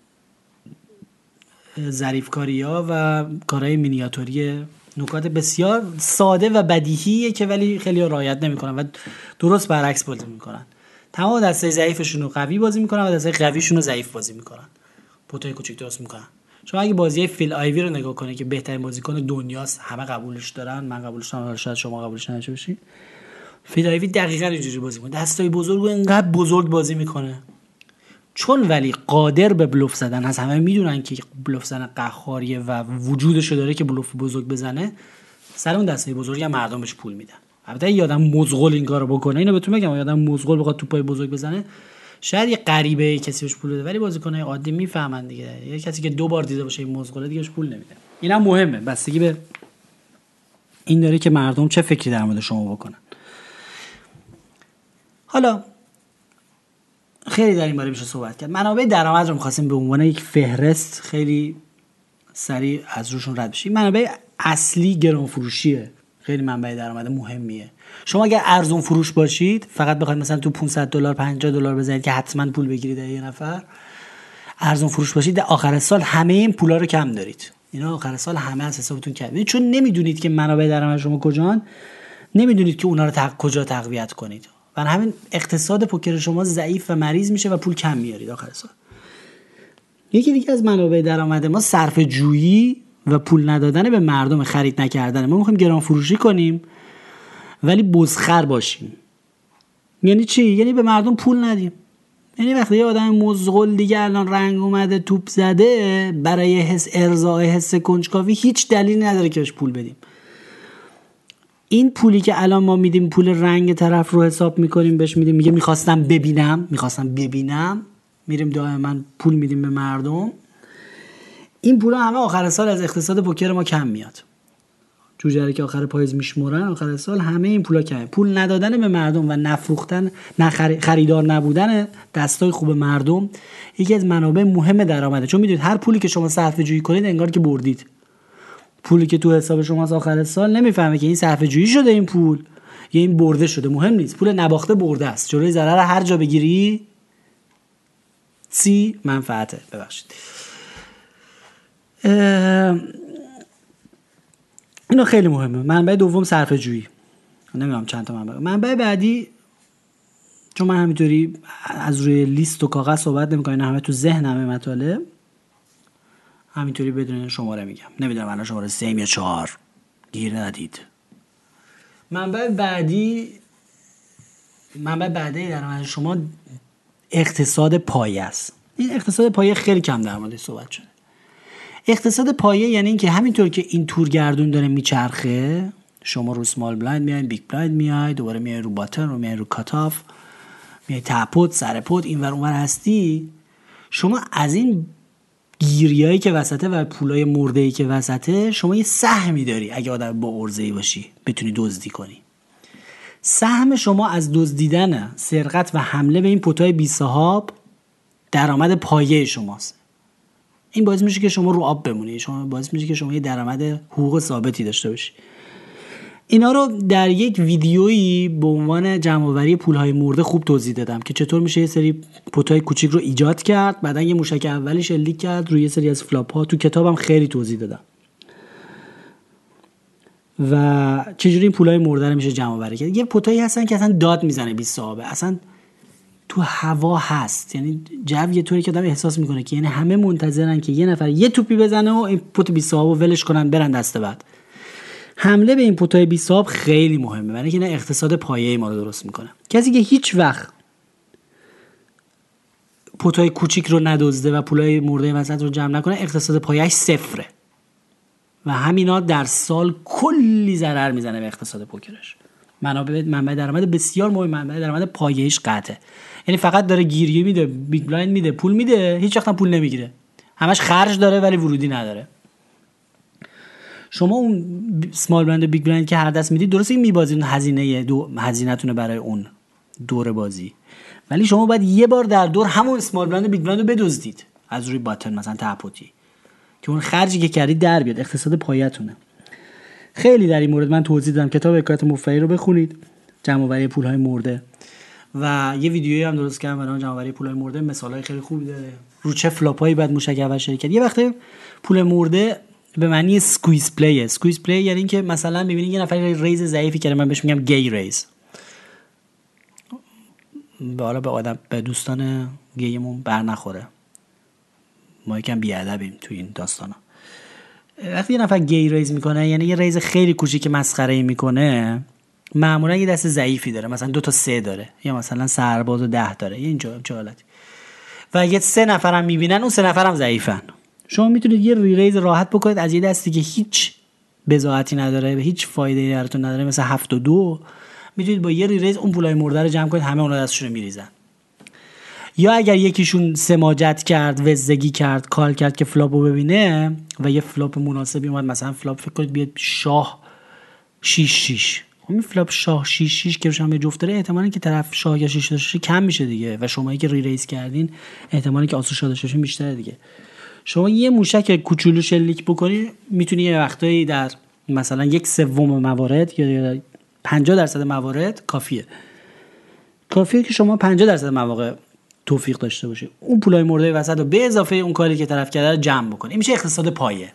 ظریفکاری‌ها و کارهای مینیاتوری، نکات بسیار ساده و بدیهیه که ولی خیلی رعایت نمیکنن و درست برعکس بازی میکنن. تمام دستای ضعیفشون رو قوی بازی میکنن و دستای قویشون رو ضعیف بازی میکنن. پوتای کوچیک درست میکنن. شما اگه بازی فیل آیوی رو نگاه کنید که بهترین بازیکن دنیاست، همه قبولش دارن، من قبولش دارم، شاید شما قبولش نداشته باشید. فیل آیوی دقیقاً اینجوری بازی میکنه، دستای بزرگ و اینقدر بزرگ بازی میکنه. چون ولی قادر به بلوف زدن هست، همه میدونن که بلوف زدن قهاریه و وجودشو داره که بلوف بزرگ بزنه، سر اون دستای بزرگ هم مردم بهش پول میدن. البته یادم مزغول این کارو بکنه، اینو بهتون بگم، یادم مزغول بخواد توپای بزرگ بزنه شاید یه غریبه کسی بهش پول بده، ولی بازیکنای عادی میفهمن دیگه. یه کسی که 2 بار دیده باشه این مزغوله دیگه بهش پول نمیده. اینم مهمه، بستگی به این داره که مردم چه فکری در مورد شما بکنن. حالا خیلی در این باره میشه صحبت کرد. منابع درآمد رو می‌خواستیم به عنوان یک فهرست خیلی سریع از روشون رد بشیم. منابع اصلی گران فروشیه، خیلی منبع درآمد مهمیه. شما اگر ارزون فروش باشید، فقط بخواید مثلا تو $500 $50 بزنید که حتما پول بگیرید از یه نفر، ارزون فروش باشید، در آخر سال همه این پولا رو کم دارید. اینا آخر سال همه از حسابتون کم میشه، چون نمیدونید که منابع درآمد شما کجان، نمیدونید که اونا رو کجا تقویت کنید. و همین اقتصاد پوکر شما ضعیف و مریض میشه و پول کم میارید آخر سال. یکی دیگه از منابع درآمد ما صرفه جویی و پول ندادن به مردم، خرید نکردن. ما میخوایم گران فروشی کنیم ولی بزخر باشیم. یعنی چی؟ یعنی به مردم پول ندیم. یعنی وقتی یه آدم مزغول دیگه الان رنگ اومده توپ زده، برای حس ارضای حس کنجکاوی هیچ دلیلی نداره که بهش پول بدیم. این پولی که الان ما میدیم، پول رنگ طرف رو حساب میکنیم بهش میدیم، میگه میخواستم ببینم، میریم دائما پول میدیم به مردم. این پولا همه آخر سال از اقتصاد پوکر ما کم میاد. جوجه‌ای که آخر پاییز میشمرن آخر سال همه این پولا کمه. پول ندادن به مردم و نفروختن، خریدار نبودن دستای خوب مردم یکی از منابع مهم درآمده. چون میدونید هر پولی که شما صرفه جویی کنید انگار که بردید. پولی که تو حساب شما از آخر سال نمیفهمه که این صرفه جویی شده این پول یا این برده شده، مهم نیست. پول نباخته برده است. جلوی ضرر هر جا بگیری منفعته. ببخشید. اینو خیلی مهمه. منبع دوم صرفه جویی. نمیدونم چند تا منبع بعدی، چون من همینطوری از روی لیست و کاغذ صحبت نمی‌کنم، همه تو ذهنمه مطالب، همینطوری بدون شماره میگم. نمیدونم الان شماره 3 یا 4 گیر ندید. منبع بعدی در مورد شما اقتصاد پایه است. این اقتصاد پایه خیلی کم در موردش صحبت شده. اقتصاد پایه یعنی این که همینطور که این تورگردون داره میچرخه، شما رو سمال بلایند میاید، بیگ بلایند میاید، دوباره میاید رو باتن، رو میاید رو کاتاف، میاید تپود، سر پود، اینور اونور هستی، شما از این گیریایی که وسطه و پولای مرده‌ای که وسطه، شما یه سهمی داری. اگه آدم با عرضه‌ای باشی بتونی دزدی کنی. سهم شما از دزدیدن، سرقت و حمله به این پتای بی صاحب درآمد پایه شماست. این باعث میشه که شما رو آب بمونی، شما باعث میشه که شما یه درآمد حقوق ثابتی داشته باشی. اینا رو در یک ویدیویی به عنوان جمع‌آوری پولهای مرده خوب توضیح دادم که چطور میشه یه سری پتای کوچیک رو ایجاد کرد، بعدن یه موشک اولی شلیک کرد روی یه سری از فلاپ ها. تو کتابم خیلی توضیح دادم و چجوری این پولهای مرده رو میشه جمع‌آوری کرد. یه پتایی هستن که اصلا داد میزنه بی صاحبه، اصلا تو هوا هست، یعنی جو یه طوری که آدم احساس میکنه که یعنی همه منتظرن که یه نفر یه توپی بزنه و این پت بی صاحبو ولش کنن برن دست بعد. حمله به این پتای بی صاحب خیلی مهمه، برای اینکه اینا اقتصاد پایه‌ای ما رو درست میکنه. کسی که هیچ وقت پتای کوچیک رو ندزده و پولای مرده وسط رو جمع نکنه، اقتصاد پایه‌اش صفره و همینا در سال کلی ضرر میزنه به اقتصاد پوکرش. منبع درآمد بسیار مهم، منبع درآمد پایه‌ایش قطعه. یعنی فقط داره گیری میده، بیگ بلایند میده، پول میده، هیچ وقت هم پول نمیگیره. همش خرج داره ولی ورودی نداره. شما اون سمال بلایند و بیگ بلایند که هر دست میدید، درسته این میبازید، هزینه‌تونه برای اون دور بازی، ولی شما باید یه بار در دور همون سمال بلایند و بیگ بلایند رو بدزدید از روی باتن مثلا تپوتی که اون خرجی که کردید در بیاد. اقتصاد پایه‌تونه. خیلی در این مورد من توضیح دادم. کتاب حکایت مفبری رو بخونید، جمع‌آوری پول‌های مرده، و یه ویدیویی هم درست کردم برای جمع‌آوری پول‌های مرده. مثالای خیلی خوبی داره رو چه فلاپایی بعد موشک اول شرکت. یه وقته پول مرده به معنی اسکویز پلی. اسکویز پلی یعنی این که مثلا می‌بینید یه نفر ریز ضعیفی کرده، من بهش میگم گی ریز. حالا به دوستان گیمون بر نخوره، ما یکم بی‌ادبیم تو این داستانا. وقتی یه نفر گی ریز میکنه یعنی یه ریز خیلی کوچیک مسخره‌ای میکنه، معمولا یه دست ضعیفی داره، مثلا 2 تا 3 داره، یا مثلا سرباز و 10 داره، یه اینجا حالتی، و اگه 3 نفرم میبینن اون 3 نفرم ضعیفن. شما میتونید یه ریز راحت بکنید از یه دستی که هیچ بضاعتی نداره و هیچ فایده‌ای براتون نداره، مثلا 7 و 2، میتونید با یه ریز اون پولای مرده رو جمع کنید، همه اون دستشون رو میریزن. یا اگر یکیشون سماجت کرد، وزگی کرد، کال کرد که فلاپو ببینه و یه فلاپ مناسبی اومد، مثلا فلاپ فکر کنید بیاد شاه 6 همین فلاپ شاه 6 که روش هم یه جفت داره، احتمالاً که طرف شاه یا 6 داشته کم میشه دیگه، و شمایی که ری ریز کردین احتمالاً که آسو شاه داشته بیشتره دیگه. شما یه موشک کوچولو شلیک بکنی میتونی یه وقتایی در مثلا 1/3 موارد یا 50% موارد کافیه که شما 50% مواقع توفیق داشته باشی اون پولای مرده وسط رو به اضافه اون کاری که طرف کرده رو جمع بکنی. این میشه اقتصاد پایه.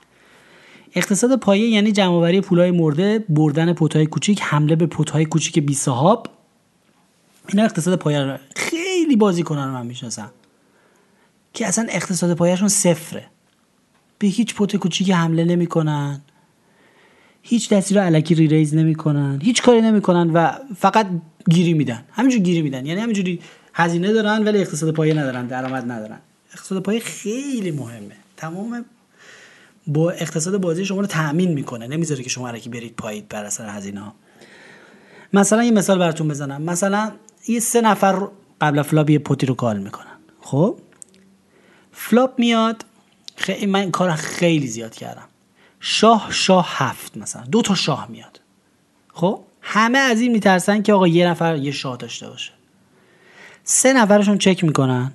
اقتصاد پایه یعنی جمع‌آوری پولای مرده، بردن پت‌های کوچیک، حمله به پت‌های کوچیک بی صاحب. اینا اقتصاد پایه رو خیلی بازیکنان رو من میشناسم که اصلا اقتصاد پایه‌شون صفره، به هیچ پت کوچیکی حمله نمی‌کنن، هیچ دستی رو الکی ری ریز نمی‌کنن، هیچ کاری نمی‌کنن و فقط گیری میدن. همینجوری گیری میدن، یعنی همینجوری هزینه دارن ولی اقتصاد پایه ندارن، درآمد ندارن. اقتصاد پایه خیلی مهمه، تمام با اقتصاد بازی شما رو تأمین میکنه، نمیذاره که شما الکی برید پایید بر اثر هزینه ها. مثلا یه مثال براتون بزنم، مثلا یه 3 نفر قبل فلاپ یه پوتی رو کال میکنن. خب فلاپ میاد، من این کار خیلی زیاد کردم، شاه 7 مثلا 2 تا شاه میاد. خب همه از این میترسن که آقا یه نفر یه شاه داشته باشه. 3 نفرشون چک میکنن،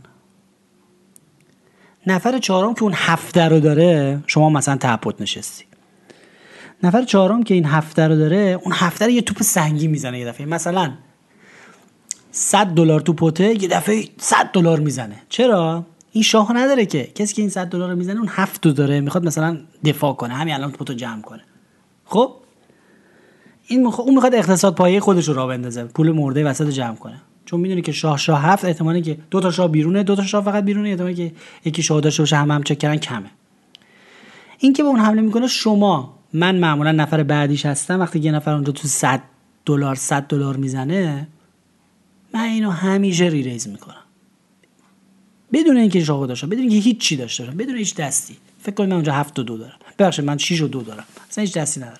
نفر 4م که اون 7 رو داره، شما مثلا تپوت نشستی، نفر 4م که این 7 رو داره، اون 7 رو یه توپ سنگی میزنه یه دفعه، مثلا $100 تو پوته، یه دفعه $100 میزنه. چرا؟ این شاه نداره که، کسی که این $100 رو میزنه اون 7 رو داره، میخواد مثلا دفاع کنه، همین الان پوتو جمع کنه. خب اون میخواد اقتصاد پایه خودش رو راه بندازه، پول مرده وسط جمع کنه، چون میدونه که شاه 7 احتمالاً که 2 تا شاه بیرونه، 2 تا شاه فقط بیرونه، احتمالاً که یکی شاه داشته باشه هم چک کردن کمه. این که به اون حمله میکنه، من معمولا نفر بعدیش هستم، وقتی یه نفر اونجا تو $100 میزنه، من اینو همیشه ریز میکنم بدون اینکه شاه داشته، بدون اینکه هیچ چی داشته باشه، بدون هیچ دستی، فکر کنید من اونجا 7 و 2 دارم، ببخشید من 6 و 2 دارم، اصلا هیچ دستی ندارم.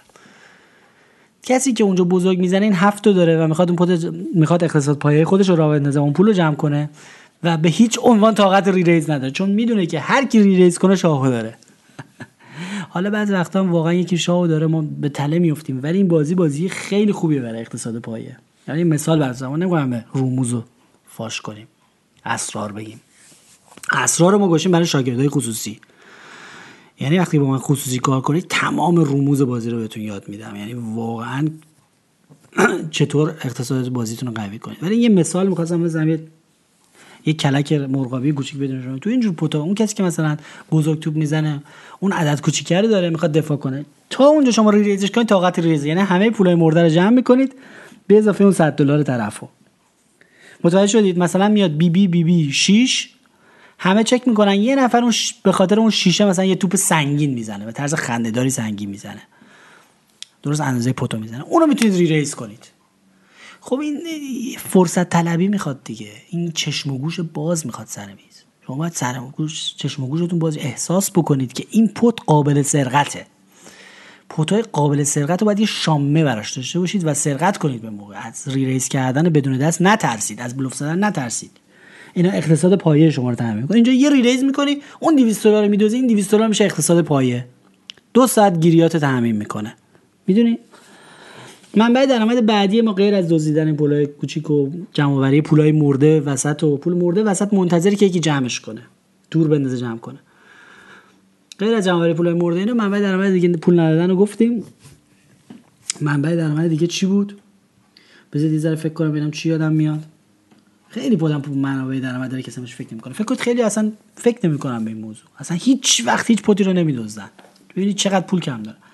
کسی که اونجا بزرگ میزنه این 7 داره و میخواد اقتصاد پایه خودش رو راه بندازه، اون پول رو جمع کنه و به هیچ عنوان طاقت ری ریز نداره، چون میدونه که هر کی ری ریز کنه شاهو داره. حالا بعضی وقتا هم واقعا یکی شاهو داره ما به تله میافتیم، ولی این بازی خیلی خوبیه برای اقتصاد پایه. یعنی مثال براتون نمیگم رموزو فاش کنیم، اسرار بگیم. اسرار ما گوشیم برای شاگردای خصوصی. یعنی وقتی با من خصوصی کار کنید تمام رموز بازی رو بهتون یاد میدم، یعنی واقعا چطور اقتصاد بازیتون رو قوی کنید. ولی یه مثال می‌خواستم بزنم، یه کلک مرغابی کوچیک بدون شما تو اینجور پوتا، اون کسی که مثلا بزرگ توپ میزنه اون عدد کوچیکه رو داره میخواد دفاع کنه، تا اونجا شما ری ریزش کنید طاقت ریزه، یعنی همه پولای مرده رو جمع میکنید به اضافه اون $100 طرفو. متوجه شدید؟ مثلا میاد بی 6 همه چک میکنن، یه نفر اون به خاطر اون شیشه مثلا یه توپ سنگین میزنه، به طرز خنده‌داری سنگین میزنه، درست اندازه پوتو میزنه، اونو میتونید ری ریز کنید. خب این فرصت طلبی میخواد دیگه، این چشم و گوش باز میخواد سر میز. شما باید چشم و گوشتون باز احساس بکنید که این پوت قابل سرقته. پوتای قابل سرقت رو باید یه شامه براش داشته باشید و سرقت کنید به موقع. از ری ریز کردن بدون دست نترسید، از بلوف زدن نترسید. اینا اقتصاد پایه شما رو تامین میکنه. اینجا یه ری ریز میکنی، اون $200 رو میدوزی، این $200 میشه اقتصاد پایه. 2 ساعت گیریات تامین میکنه. میدونی؟ منبع درآمد بعدی ما غیر از دزدیدن پولای کوچیک و جمع‌آوری پولای مرده وسط و پول مرده وسط منتظری که یکی جمعش کنه، دور بندازه جمع کنه، غیر از جمع‌آوری پولای مرده اینا منبع درآمد دیگه پول ندادن رو گفتیم. منبع درآمد دیگه چی بود؟ بذارید یه ذره فکر کنم ببینم چی یادم میاد. خیلی پول منابع درآمد داره که اصلاش فکر نمی‌کنه. فکر کنید خیلی اصلا فکر نمی‌کنم به این موضوع، اصلا هیچ وقت هیچ پوتی رو نمی‌دزدن. ببینید چقدر پول کم داره.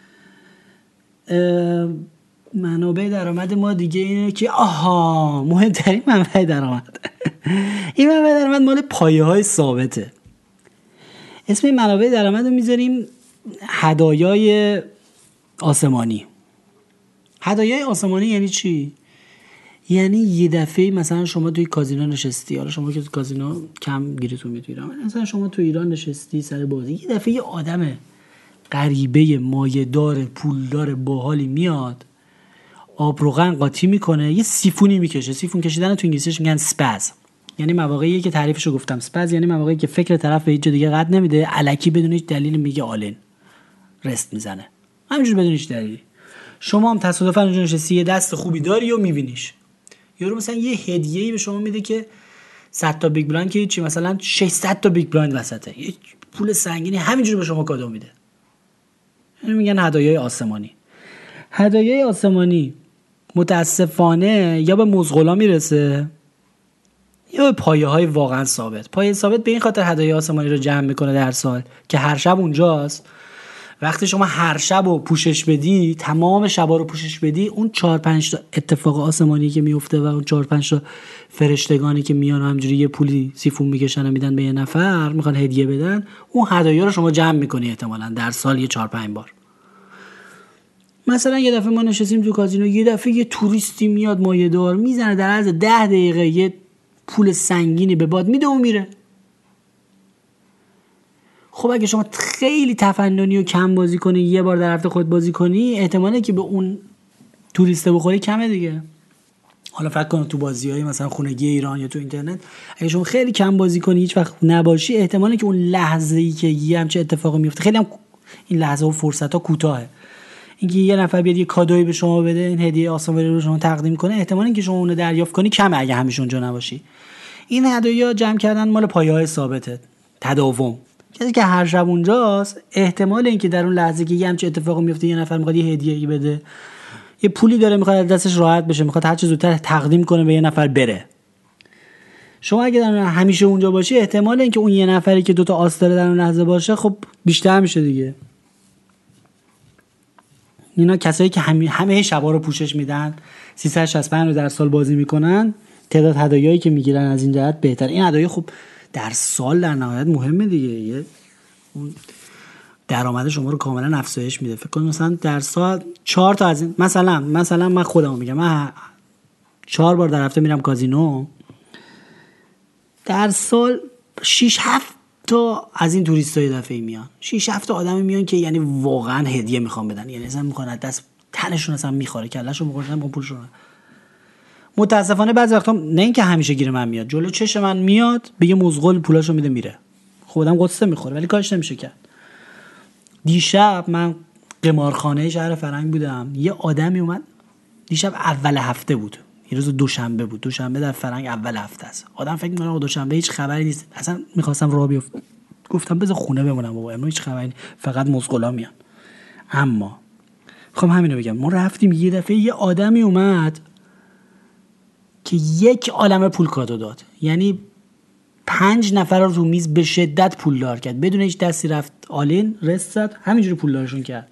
منابع درآمد ما دیگه اینه که مهمترین منبع درآمد این منبع درآمد مال پایه‌های ثابته. اسم این منابع درآمد رو میذاریم هدایای آسمانی. هدایای آسمانی یعنی چی؟ یعنی یه دفعه مثلا شما توی کازینو نشستی، حالا شما که تو کازینو کم گیرتون میاد ایران، مثلا شما تو ایران نشستی سر بازی، یه دفعه یه آدم غریبه مایه‌دار پولدار باحالی میاد آب روغن قاطی میکنه، یه سیفونی میکشه. سیفون کشیدن تو انگلیسیش میگن سپز، یعنی مواقعی که تعریفشو گفتم. سپز یعنی مواقعی که فکر طرف به هیچ جا دیگه قد نمیده، الکی بدون هیچ دلیل میگه آلین رست میزنه، همینجور بدون هیچ دلیلی. شما هم تصادفاً اونجا نشستی یه دست خوبی داری و میبینیش، یارو مثلا یه هدیه‌ای به شما میده که 100 تا بیگ بلایند که چی، مثلا 600 تا بیگ بلایند وسطه، یه پول سنگینی همینجوری به شما کادو میده. یعنی میگن هدایای آسمانی. هدایای آسمانی متاسفانه یا به مزغلا میرسه یا به پایه‌های واقعا ثابت. پایه ثابت به این خاطر هدایای آسمانی رو جمع میکنه در سال که هر شب اونجاست. وقتی شما هر شب رو پوشش بدی، تمام شبا رو پوشش بدی، اون 4-5 تا اتفاق آسمانی که میفته و اون 4-5 تا فرشتگانی که میان و همجوری یه پولی سیفون میکشن و میدن به یه نفر میخوان هدیه بدن، اون هدایا رو شما جمع میکنی احتمالاً در سال یه 4-5 بار. مثلا یه دفعه ما نشستیم تو کازینو، یه دفعه یه توریستی میاد مایه‌دار میزنه، در عرض 10 دقیقه یه پول سنگینی به باد میده و میره. خب اگه شما خیلی تفننی و کم بازی کنی، یه بار در هفته خود بازی کنی، احتماله که به اون توریسته بخوری کمه دیگه. حالا فکر کن تو بازی‌های مثلا خونگی ایران یا تو اینترنت، اگه شما خیلی کم بازی کنی، هیچ وقت نباشی، احتماله که اون لحظه‌ای که یه همچین اتفاقی میفته، خیلی هم این لحظه و فرصت‌ها کوتاهه. اینکه یه نفر بیاد یه کادویی به شما بده، این هدیه آسمانی رو شما تقدیم کنه، احتمال اینکه شما اون رو دریافت کنی کمه اگه همیشه اونجا نباشی. این هدایا جمع کردن مال پایه‌های ثابته، تداوم. کسی که هر شب اونجاست، احتمال اینکه در اون لحظه که یه همچین اتفاقی میفته، یه نفر میخواد یه هدیه‌ای بده، یه پولی داره میخواد دستش راحت بشه، میخواد هر چه زودتر تقدیم کنه به یه نفر بره. شما اگه در همیشه اونجا باشی، احتمال اینکه اون یه نفری که 2 تا آس داره در اون لحظه باشه، خب بیشتر میشه دیگه. اینا کسایی که همه شبا رو پوشش میدن، 365 رو در سال بازی میکنن، تعداد هدایایی که میگیرن از این جهت بهتر. این هدایا خب در سال در نهایت مهمه دیگه، اون درآمد شما رو کاملا افزایش میده. فکر کنید مثلا در سال 4 تا از این، مثلا من خودمو میگم، من 4 بار در هفته میرم کازینو، در سال 6-7 تا از این توریستای دفعه میان 6 7 آدم میان که یعنی واقعا هدیه میخوان بدن، یعنی اصلا میکنن دست تنشون اصلا میخوره، کلهشون میخوره با پولشون. متاسفانه بعضی وقتا نه اینکه همیشه گیر من میاد، جلو چش من میاد بگه مزغول پولاشو میده میره، خودم قصه میخوره ولی کارش نمیشه کرد. دیشب من قمارخانه شهر فرنگ بودم، یه آدمی اومد دیشب اول هفته بود، یه روز دوشنبه بود، دوشنبه در فرنگ اول هفته است. آدم فکر می‌کنه دوشنبه هیچ خبری نیست، اصلا می‌خواستم راه بیفتم گفتم بذار خونه بمونم بابا امروز هیچ خبری نیست، فقط مزغولا میان. اما خب همینو بگم، ما رفتیم یه دفعه یه آدمی اومد که یک عالمه پول کادو داد، یعنی 5 نفر رو میز به شدت پولدار کرد بدون هیچ دستی رفت آلین رست زد همینجوری پولدارشون کرد.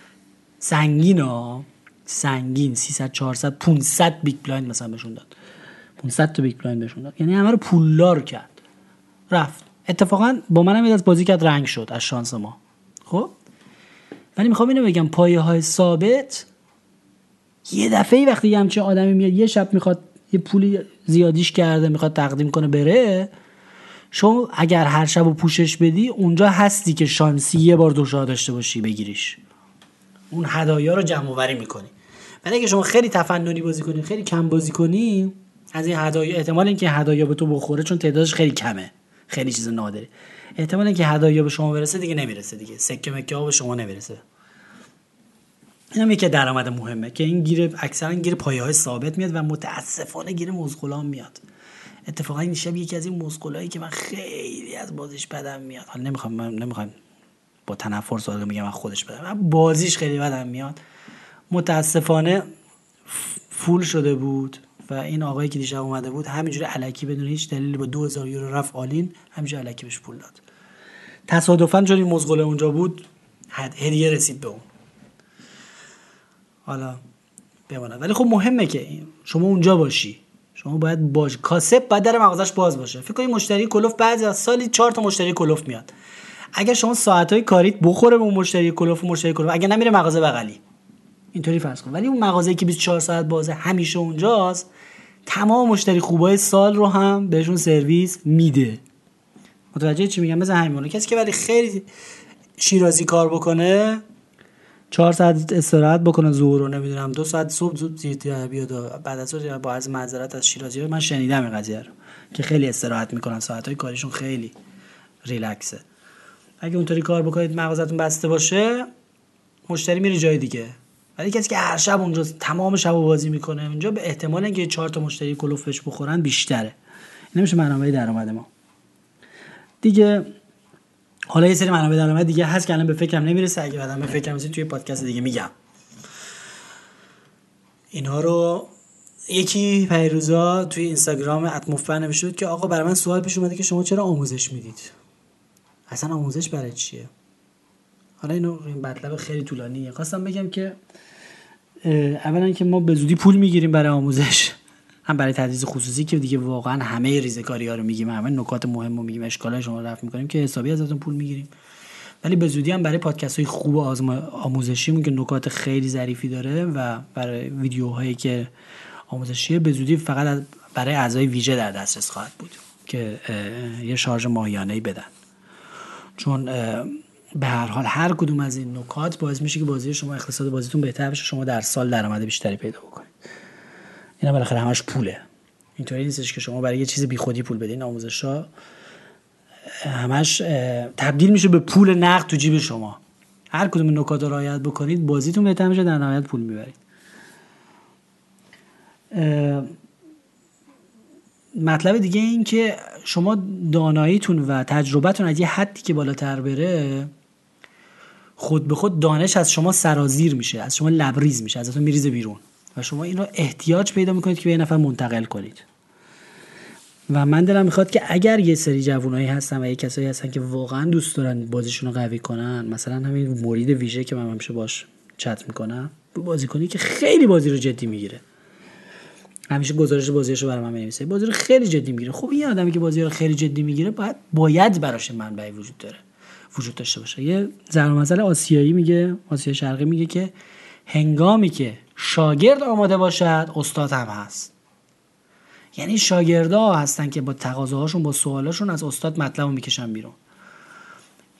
سنگین 300 400 500 بیگ بلایند مثلا بهشون داد، 500 تا بیگ بلایند بهشون داد، یعنی همه رو پولدار کرد. رفت اتفاقا با منم یه دست بازی کرد، رنگ شد از شانس ما. خب ولی میخوام اینو بگم پایه‌های ثابت یه دفعه وقتی یه همچین آدمی میاد یه شب میخواد یه پولی زیادیش کرده میخواد تقدیم کنه بره، شما اگر هر شب رو پوشش بدی اونجا هستی که شانسی یه بار دوشا داشته باشی بگیریش، اون هدایا رو جمع آوری میکنی. ولی اگه شما خیلی تفننی بازی کنی خیلی کم بازی کنی از این هدایا احتمال اینکه هدایا به تو بخوره چون تعدادش خیلی کمه خیلی چیز نادره، احتمال اینکه هدایا به شما برسه دیگه نمیرسه، دیگه سکه مکه ها به شما نمیرسه. اینم یکی درآمد مهمه که این گیر اکثرا گیر پایه‌های ثابت میاد و متاسفانه گیر مزغولان میاد. اتفاقا این شب یکی از این مزغولایی که من خیلی از بازیش بدم میاد، حالا نمیخوام با تنفر صادق میگم من خودش بدم، من بازیش خیلی بدم میاد. متاسفانه فول شده بود و این آقایی که دیشب اومده بود همینجوری الکی بدون هیچ دلیلی با 2000 یورو رفت آلین، همینجوری الکی بهش پول داد. تصادفاً چون این مزغوله اونجا بود هدیه رسید به اون. حالا بمونه، ولی خب مهمه که شما اونجا باشی، شما باید باش کاسب باید در مغازش باز باشه. فکر کنید مشتری کلوف بعضی از سالی 4 تا مشتری کلوف میاد، اگر شما ساعت‌های کاریت بخوره به اون مشتری کلوف اگر نمیره مغازه بغلی اینطوری فرض کن، ولی اون مغازه‌ای که 24 ساعت بازه همیشه اونجاست تمام مشتری خوبای سال رو هم بهشون سرویس میده. متوجه چی میگم؟ مثلا همینونه کسی که ولی خیلی شیرازی کار بکنه 4 ساعت استراحت بکنه ظهر رو نمیدونم 2 ساعت صبح زود بیاد بعد از ظهر با عرض معذرت از شیرازی من شنیدم این قضیه رو که خیلی استراحت میکنن، ساعت‌های کاریشون خیلی ریلکسه. اگه اونطوری کار بکنید مغازتون بسته باشه مشتری میره جای دیگه، ولی کسی که هر شب اونجا تمام شب بازی میکنه اونجا به احتمال اینکه 4 تا مشتری کلوفش بخورن بیشتره. این نمیشه منابع درآمد ما دیگه. حالا یه سری منابع درآمد دیگه هست که الان به فکرم نمیرسه، اگه بعداً به فکرم رسید توی پادکست دیگه میگم. اینا رو یکی پیروزا توی اینستاگرام @مفبر نوشته بود که آقا برای من سوال پیش اومده که شما چرا آموزش میدید؟ اصلا آموزش برای چیه؟ حالا این مطلب خیلی طولانیه. خواستم بگم که اولا که ما به زودی پول میگیریم برای آموزش، هم برای تدریس خصوصی که دیگه واقعا همه ریزکاری‌ها رو میگیم، همه نکات مهم رو میگیم، اشکالای شما رو رفع می‌کنیم که حسابی ازتون پول میگیریم. ولی به زودی هم برای پادکست‌های خوب آموزشیمون که نکات خیلی ظریفی داره و برای ویدیوهایی که آموزشیه به زودی فقط برای اعضای ویژه در دسترس خواهد بود که یه شارژ ماهیانه‌ای بدن، چون به هر حال هر کدوم از این نکات باعث میشه که بازی شما اقتصاد بازیتون بهتر بشه، شما در سال درآمد بیشتری پیدا بکنید. اینا بالاخره همش پوله، اینطوری نیستش که شما برای یه چیز بیخودی پول بدین. آموزش‌ها همش تبدیل میشه به پول نقد تو جیب شما. هر کدوم نکات رو رعایت بکنید بازیتون بهتر میشه، در نهایت پول میبرید. مطلب دیگه این که شما داناییتون و تجربتون از یه حدی که بالاتر بره خود به خود دانش از شما سرازیر میشه، از شما لبریز میشه، ازتون میریزه بیرون و شما این رو احتیاج پیدا میکنید که به یه نفر منتقل کنید. و من دلم میخواد که اگر یه سری جوانایی هستن و یه کسایی هستن که واقعا دوست دارن بازیشون رو قوی کنن، مثلا همین مورید ویژه که من همیشه باش چت میکنم، بازیکنی که خیلی بازی رو جدی میگیره، همیشه گزارش بازیشو برام می‌نویسه، بازی رو خیلی جدی میگیره. خب این آدمی که بازی رو خیلی جدی میگیره باید براش منبعی وجود داشته باشه. یه ضرب المثل آسیایی میگه، آسیا شرقی میگه که هنگامی که شاگرد آماده باشد استاد هم هست. یعنی شاگردا هستن که با تقاضاهاشون با سوالاشون از استاد مطلبو میکشن بیرون.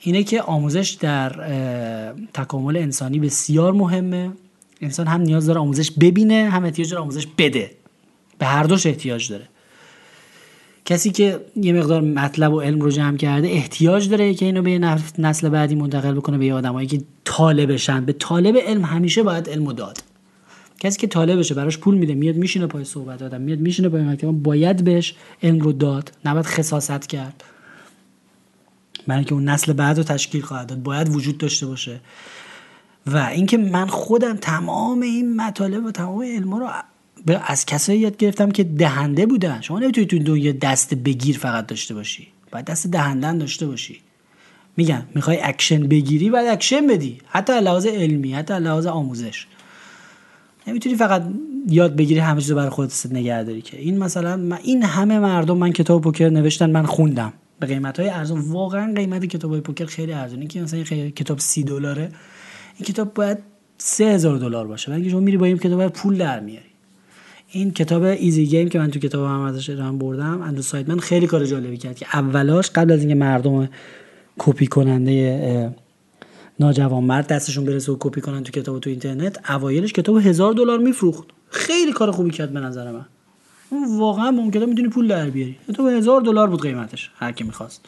اینه که آموزش در تکامل انسانی بسیار مهمه. انسان هم نیاز داره آموزش ببینه، هم احتیاج داره آموزش بده. به هر دوش احتیاج داره. کسی که یه مقدار مطلب و علم رو جمع کرده احتیاج داره که اینو به نسل بعدی منتقل بکنه، به یه آدمایی که طالبشن. به طالب علم همیشه باید علمو داد. کسی که طالبشه براش پول میده، میاد میشینه پای صحبت آدم، میاد میشینه پای مکتب، باید بهش علم رو داد، نباید خساست کرد. برای اینکه اون نسل بعد رو تشکیل خواهد داد باید وجود داشته باشه. و اینکه من خودم تمام این مطالب و تمام علما رو از کسایی یاد گرفتم که دهنده بودن. شما نمیتونی تو دنیا دست بگیر فقط داشته باشی، باید دست دهندن داشته باشی. میگن میخوای اکشن بگیری باید اکشن بدی، حتی لحاظ علمی، حتی لحاظ آموزش. نمیتونی فقط یاد بگیری همه چیزو برای خودت نگه داری. که این مثلا این همه مردم من کتاب پوکر نوشتن، من خوندم به قیمت‌های ارزون. واقعا قیمت کتابای پوکر خیلی ارزونه. که مثلا این کتاب $30، این کتاب باید $3000 باشه. برای اینکه شما میری با این کتاب پول در میاری. این کتاب ایزی گیم که من تو کتاب هم ازش ارائه بردم، اندرو سایدمن خیلی کار جالبی کرد که اولاش قبل از اینکه مردم کپی کننده ناجوانمرد دستشون برسه و کپی کنن تو کتاب تو اینترنت، اوایلش کتاب $1000 میفروخت. خیلی کار خوبی کرد به نظر من. اون واقعا با اون کتاب میتونی پول در بیاری. کتاب $1000 بود قیمتش، هر کی میخواست.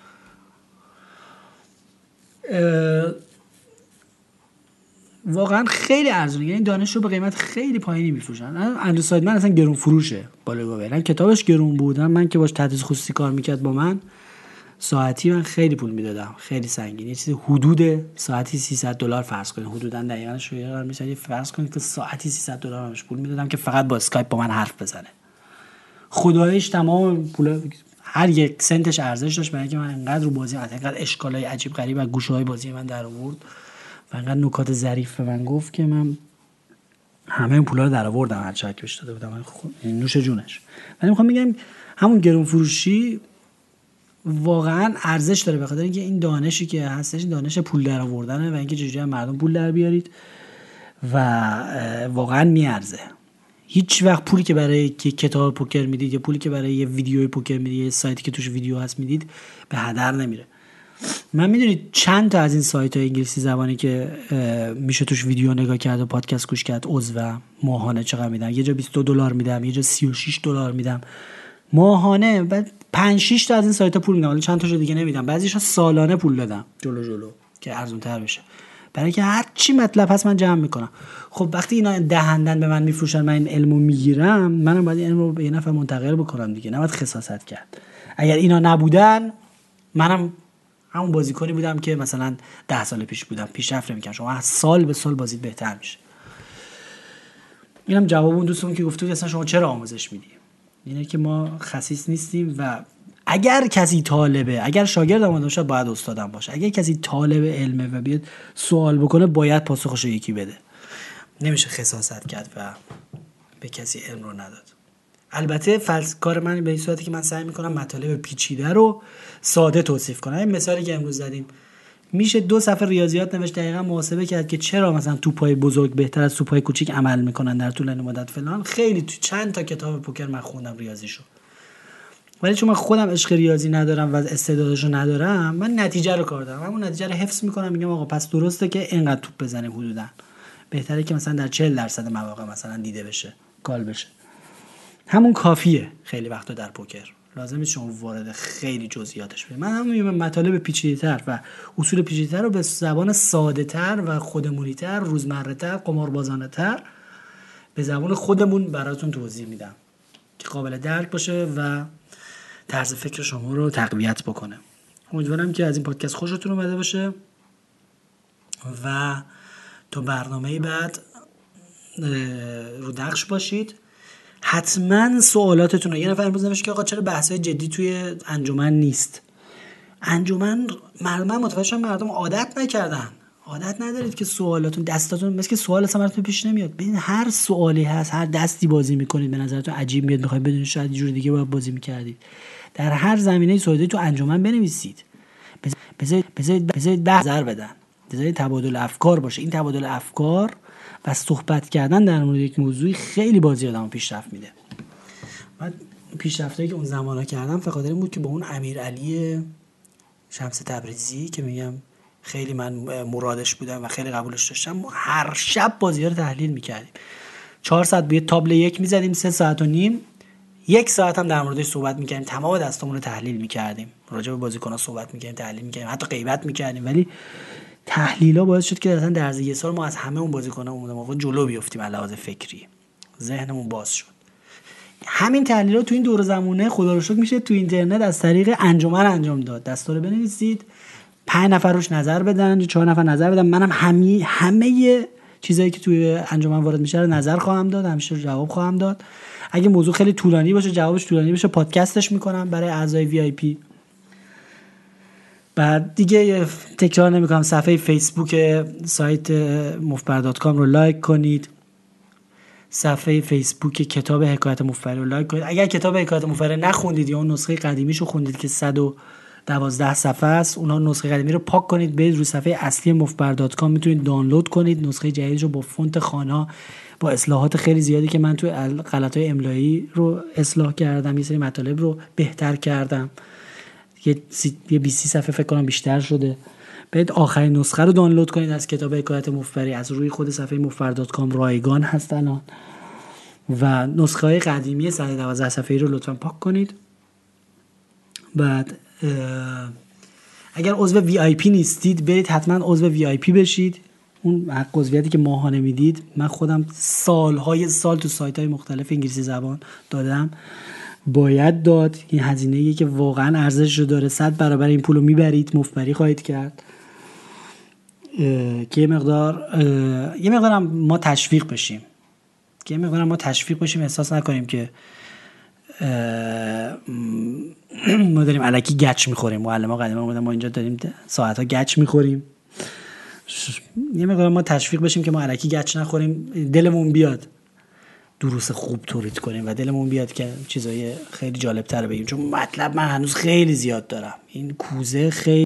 واقعا خیلی ارزونه. یعنی دانش رو به قیمت خیلی پایینی میفروشن. اندرو سایدمن اصلا گرون فروشه بالا گاوه. کتابش گرون بود. من که باش تدریس خصوصی کار میکرد با من، ساعتی من خیلی پول میدادم، خیلی سنگین. یه چیز حدود ساعتی $300 فرض کنید، حدوداً دقیقاً شویه میشه فرض کنید که ساعتی $300 همش پول میدادم که فقط با اسکایپ با من حرف بزنه. خداییش تمام پول هر یک سنتش ارزش داشت، برای اینکه من انقدر رو بازی انقدر اشکالای عجیب غریب از گوشه‌های بازی من در آورد و انقدر نکات ظریف به من گفت که من همه اون پولا رو در آوردم، هر چقدر بهش داده بودم. نوش جونش. ولی میخوام بگم همون گرون فروشی واقعا ارزش داره، به خاطر اینکه این دانشی که هستش دانش پول در آوردنه و اینکه چجوری مردم پول در بیارید و واقعا میارزه. هیچ وقت پولی که برای کتاب پوکر میدید یا پولی که برای یه ویدیوی پوکر میدید، یه سایتی که توش ویدیو هست میدید، به هدر نمیره. من میدونید چند تا از این سایت‌های انگلیسی زبانی که میشه توش ویدیو نگاه کرد و پادکست گوش کرد عضو ماهانه چقدر میدم؟ یه جا $22 میدم، یه جا $36 میدم ماهانه. بعد 5-6 تا از این سایت‌ها پول میدم، ولی چند تاشو دیگه نمیدم. بعضیشا سالانه پول دادم جلو که ارزان‌تر بشه، برای اینکه هر چی مطلب هست من جمع میکنم. خب وقتی اینا دهندن به من میفروشن، من این علمو میگیرم، منم باید این علمو به یه نفر منتقل بکنم دیگه، نباید خساست کرد. اگر اینا نبودن منم همون بازیکنی بودم که مثلا 10 سال پیش بودم، پیشرفت نمی‌کردم. شما سال به سال بازیت بهتر میشه. اینم جواب اون دوستمون که گفت اصلا شما چرا آموزش میدی. اینه که ما خسیس نیستیم و اگر کسی طالبه، اگر شاگرد آماده باشه باید استادم باشه. اگر کسی طالب علمه و بیاد سوال بکنه باید پاسخش رو یکی بده. نمیشه خساست کرد و به کسی علم رو نداد. البته کار من به این صورتی که من سعی میکنم مطالب پیچیده رو ساده توصیف کنم. این مثالی که امروز زدیم میشه 2 صفحه ریاضیات نوشت، دقیقاً محاسبه کرد که چرا مثلا توپای بزرگ بهتر از توپای کوچیک عمل میکنن در طول مدت فلان. خیلی تو چند تا کتاب پوکر من خوندم ریاضیشو، ولی چون من خودم عشق ریاضی ندارم و استعدادشو ندارم، من نتیجه رو کار دارم. همون نتیجه رو حفظ میکنم، میگم آقا پس درسته که اینقدر توپ بزنیم حدوداً. بهتره که مثلا در 40% مواقع مثلا دیده بشه، کال بشه. همون کافیه. خیلی وقتا در پوکر لازم نیست شما وارد خیلی جزئیاتش بشید. من همون مطالب پیچیده‌تر و اصول پیچیده‌تر رو به زبان ساده‌تر و خودمونی‌تر، روزمره‌تر، قماربازانه‌تر به زبان خودمون براتون توضیح میدم که قابل درک باشه و طرز فکر شما رو تقویت بکنه. امیدوارم که از این پادکست خوشتون اومده باشه و تو برنامه بعد رو نقش باشید. حتما سوالاتتون رو. یه نفر امروز نوشت که آقا چرا بحث‌های جدی توی انجمن نیست؟ انجمن من متوجهم مردم عادت نکردن. عادت ندارید که سوالاتون دستاتون مثل که سوال اصلا براتون پیش نمیاد. ببین هر سوالی هست، هر دستی بازی میکنید به نظرتون عجیب میاد، میخواید بدونید شاید یه جور دیگه باید بازی میکردید. در هر زمینه سوالی تو انجمن بنویسید. بذارید نظر بدن. بذارید تبادل افکار باشه. این تبادل افکار و صحبت کردن در مورد یک موضوعی خیلی بازی آدمو پیشرفت میده. من پیشرفتایی که اون زمانا کردم فقط این بود که با اون امیرعلی شمس تبریزی که میگم خیلی من مرادش بودم و خیلی قبولش داشتم. ما هر شب بازی‌ها رو تحلیل می‌کردیم. 4 ساعت به تابل 1 می‌زدیم، 3 ساعت و نیم، 1 ساعت هم در موردش صحبت می‌کردیم. تمام دستامون رو تحلیل می‌کردیم. راجع به بازیکن‌ها صحبت می‌کردیم، تحلیل می‌کردیم، حتی غیبت می‌کردیم. ولی تحلیل‌ها باعث شد که اصلا در عرض یه سال ما از همه اون بازیکن‌ها اون موقع جلو بیافتیم از لحاظ فکری. ذهنمون باز شد. همین تحلیل‌ها تو این دور زمونه خدا رو شکر میشه تو اینترنت از طریق انجمن انجام داد. دستا رو بنویسید، 5 نفر روش نظر بدن، 4 نفر نظر بدن، منم همه چیزایی که توی انجمن وارد میشه رو نظر خواهم داد، همیشه جواب خواهم داد. اگه موضوع خیلی طولانی باشه، جوابش طولانی بشه، پادکستش میکنم برای اعضای وی آی پی. بعد دیگه تکرار نمیکنم، صفحه فیسبوک سایت مفبر.com رو لایک کنید. صفحه فیسبوک کتاب حکایت مفبری رو لایک کنید. اگر کتاب حکایت مفبری نخوندید یا اون نسخه قدیمیشو خوندید که 112 صفحه است، اونها نسخه قدیمی رو پاک کنید، برید رو صفحه اصلی مفبر.com میتونید دانلود کنید. نسخه جدیدش رو با فونت خانا، با اصلاحات خیلی زیادی که من توی غلطای املایی رو اصلاح کردم، یه سری مطالب رو بهتر کردم، یه 20 صفحه فکر کنم بیشتر شده. برید آخرین نسخه رو دانلود کنید از کتاب حکایت مفبری، از روی خود صفحه مفبر.com رایگان هست الان. و نسخه های قدیمی 112 صفحه‌ای رو لطفا پاک کنید. بعد اگر عضو وی آی پی نیستید، برید حتما عضو وی آی پی بشید. اون حق عضویتی که ماهانه میدید، من خودم سالهای سال تو سایت‌های مختلف انگلیسی زبان دادم، باید داد. این هزینه‌ایه که واقعا ارزشش رو داره. 100 برابر این پولو میبرید، مفبری خواهید کرد. که یه مقدار هم ما تشویق بشیم، احساس نکنیم که ما داریم الکی گچ میخوریم. معلم‌ها قدیما بودن ما اینجا داریم ساعت‌ها گچ میخوریم. یه مقدار ما تشویق بشیم که ما الکی گچ نخوریم، دلمون بیاد دروس خوب تولید کنیم و دلمون بیاد که چیزای خیلی جالب‌تر بگیم، چون مطلب من هنوز خیلی زیاد دارم. این کوزه خیلی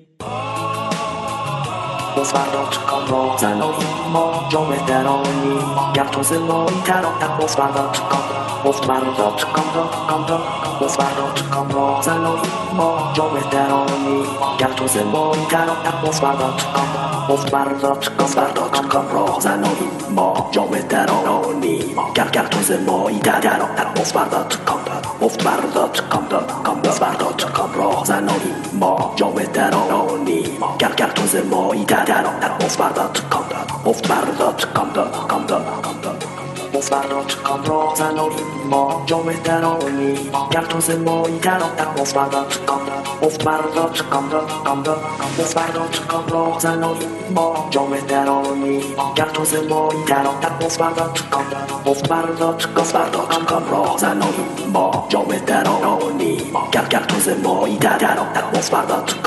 مفبر.com را زنایی ما جامعه درانی گر تو زلایی ترانت مفبر.com مفبر.com را زنایی ما جامعه درانی گر تو زلایی ترانت مفبر.com مفبر.com را زنایی ما جامعه درانی گر تو زلایی ترانت مفبر.com مفبر.com را زنایی ما جامعه درانی گر تو زلایی ترانت مفبر.com مفبر.com را زنایی ما جامعه درانی گر تو زلایی ترانت مفبر.com مفبر.com را زنایی ما جامعه درانی گر تو زلایی ترانت مفبر.com مفبر.com را زنایی ما جامعه درانی گر تو زلایی ترانت مفبر.com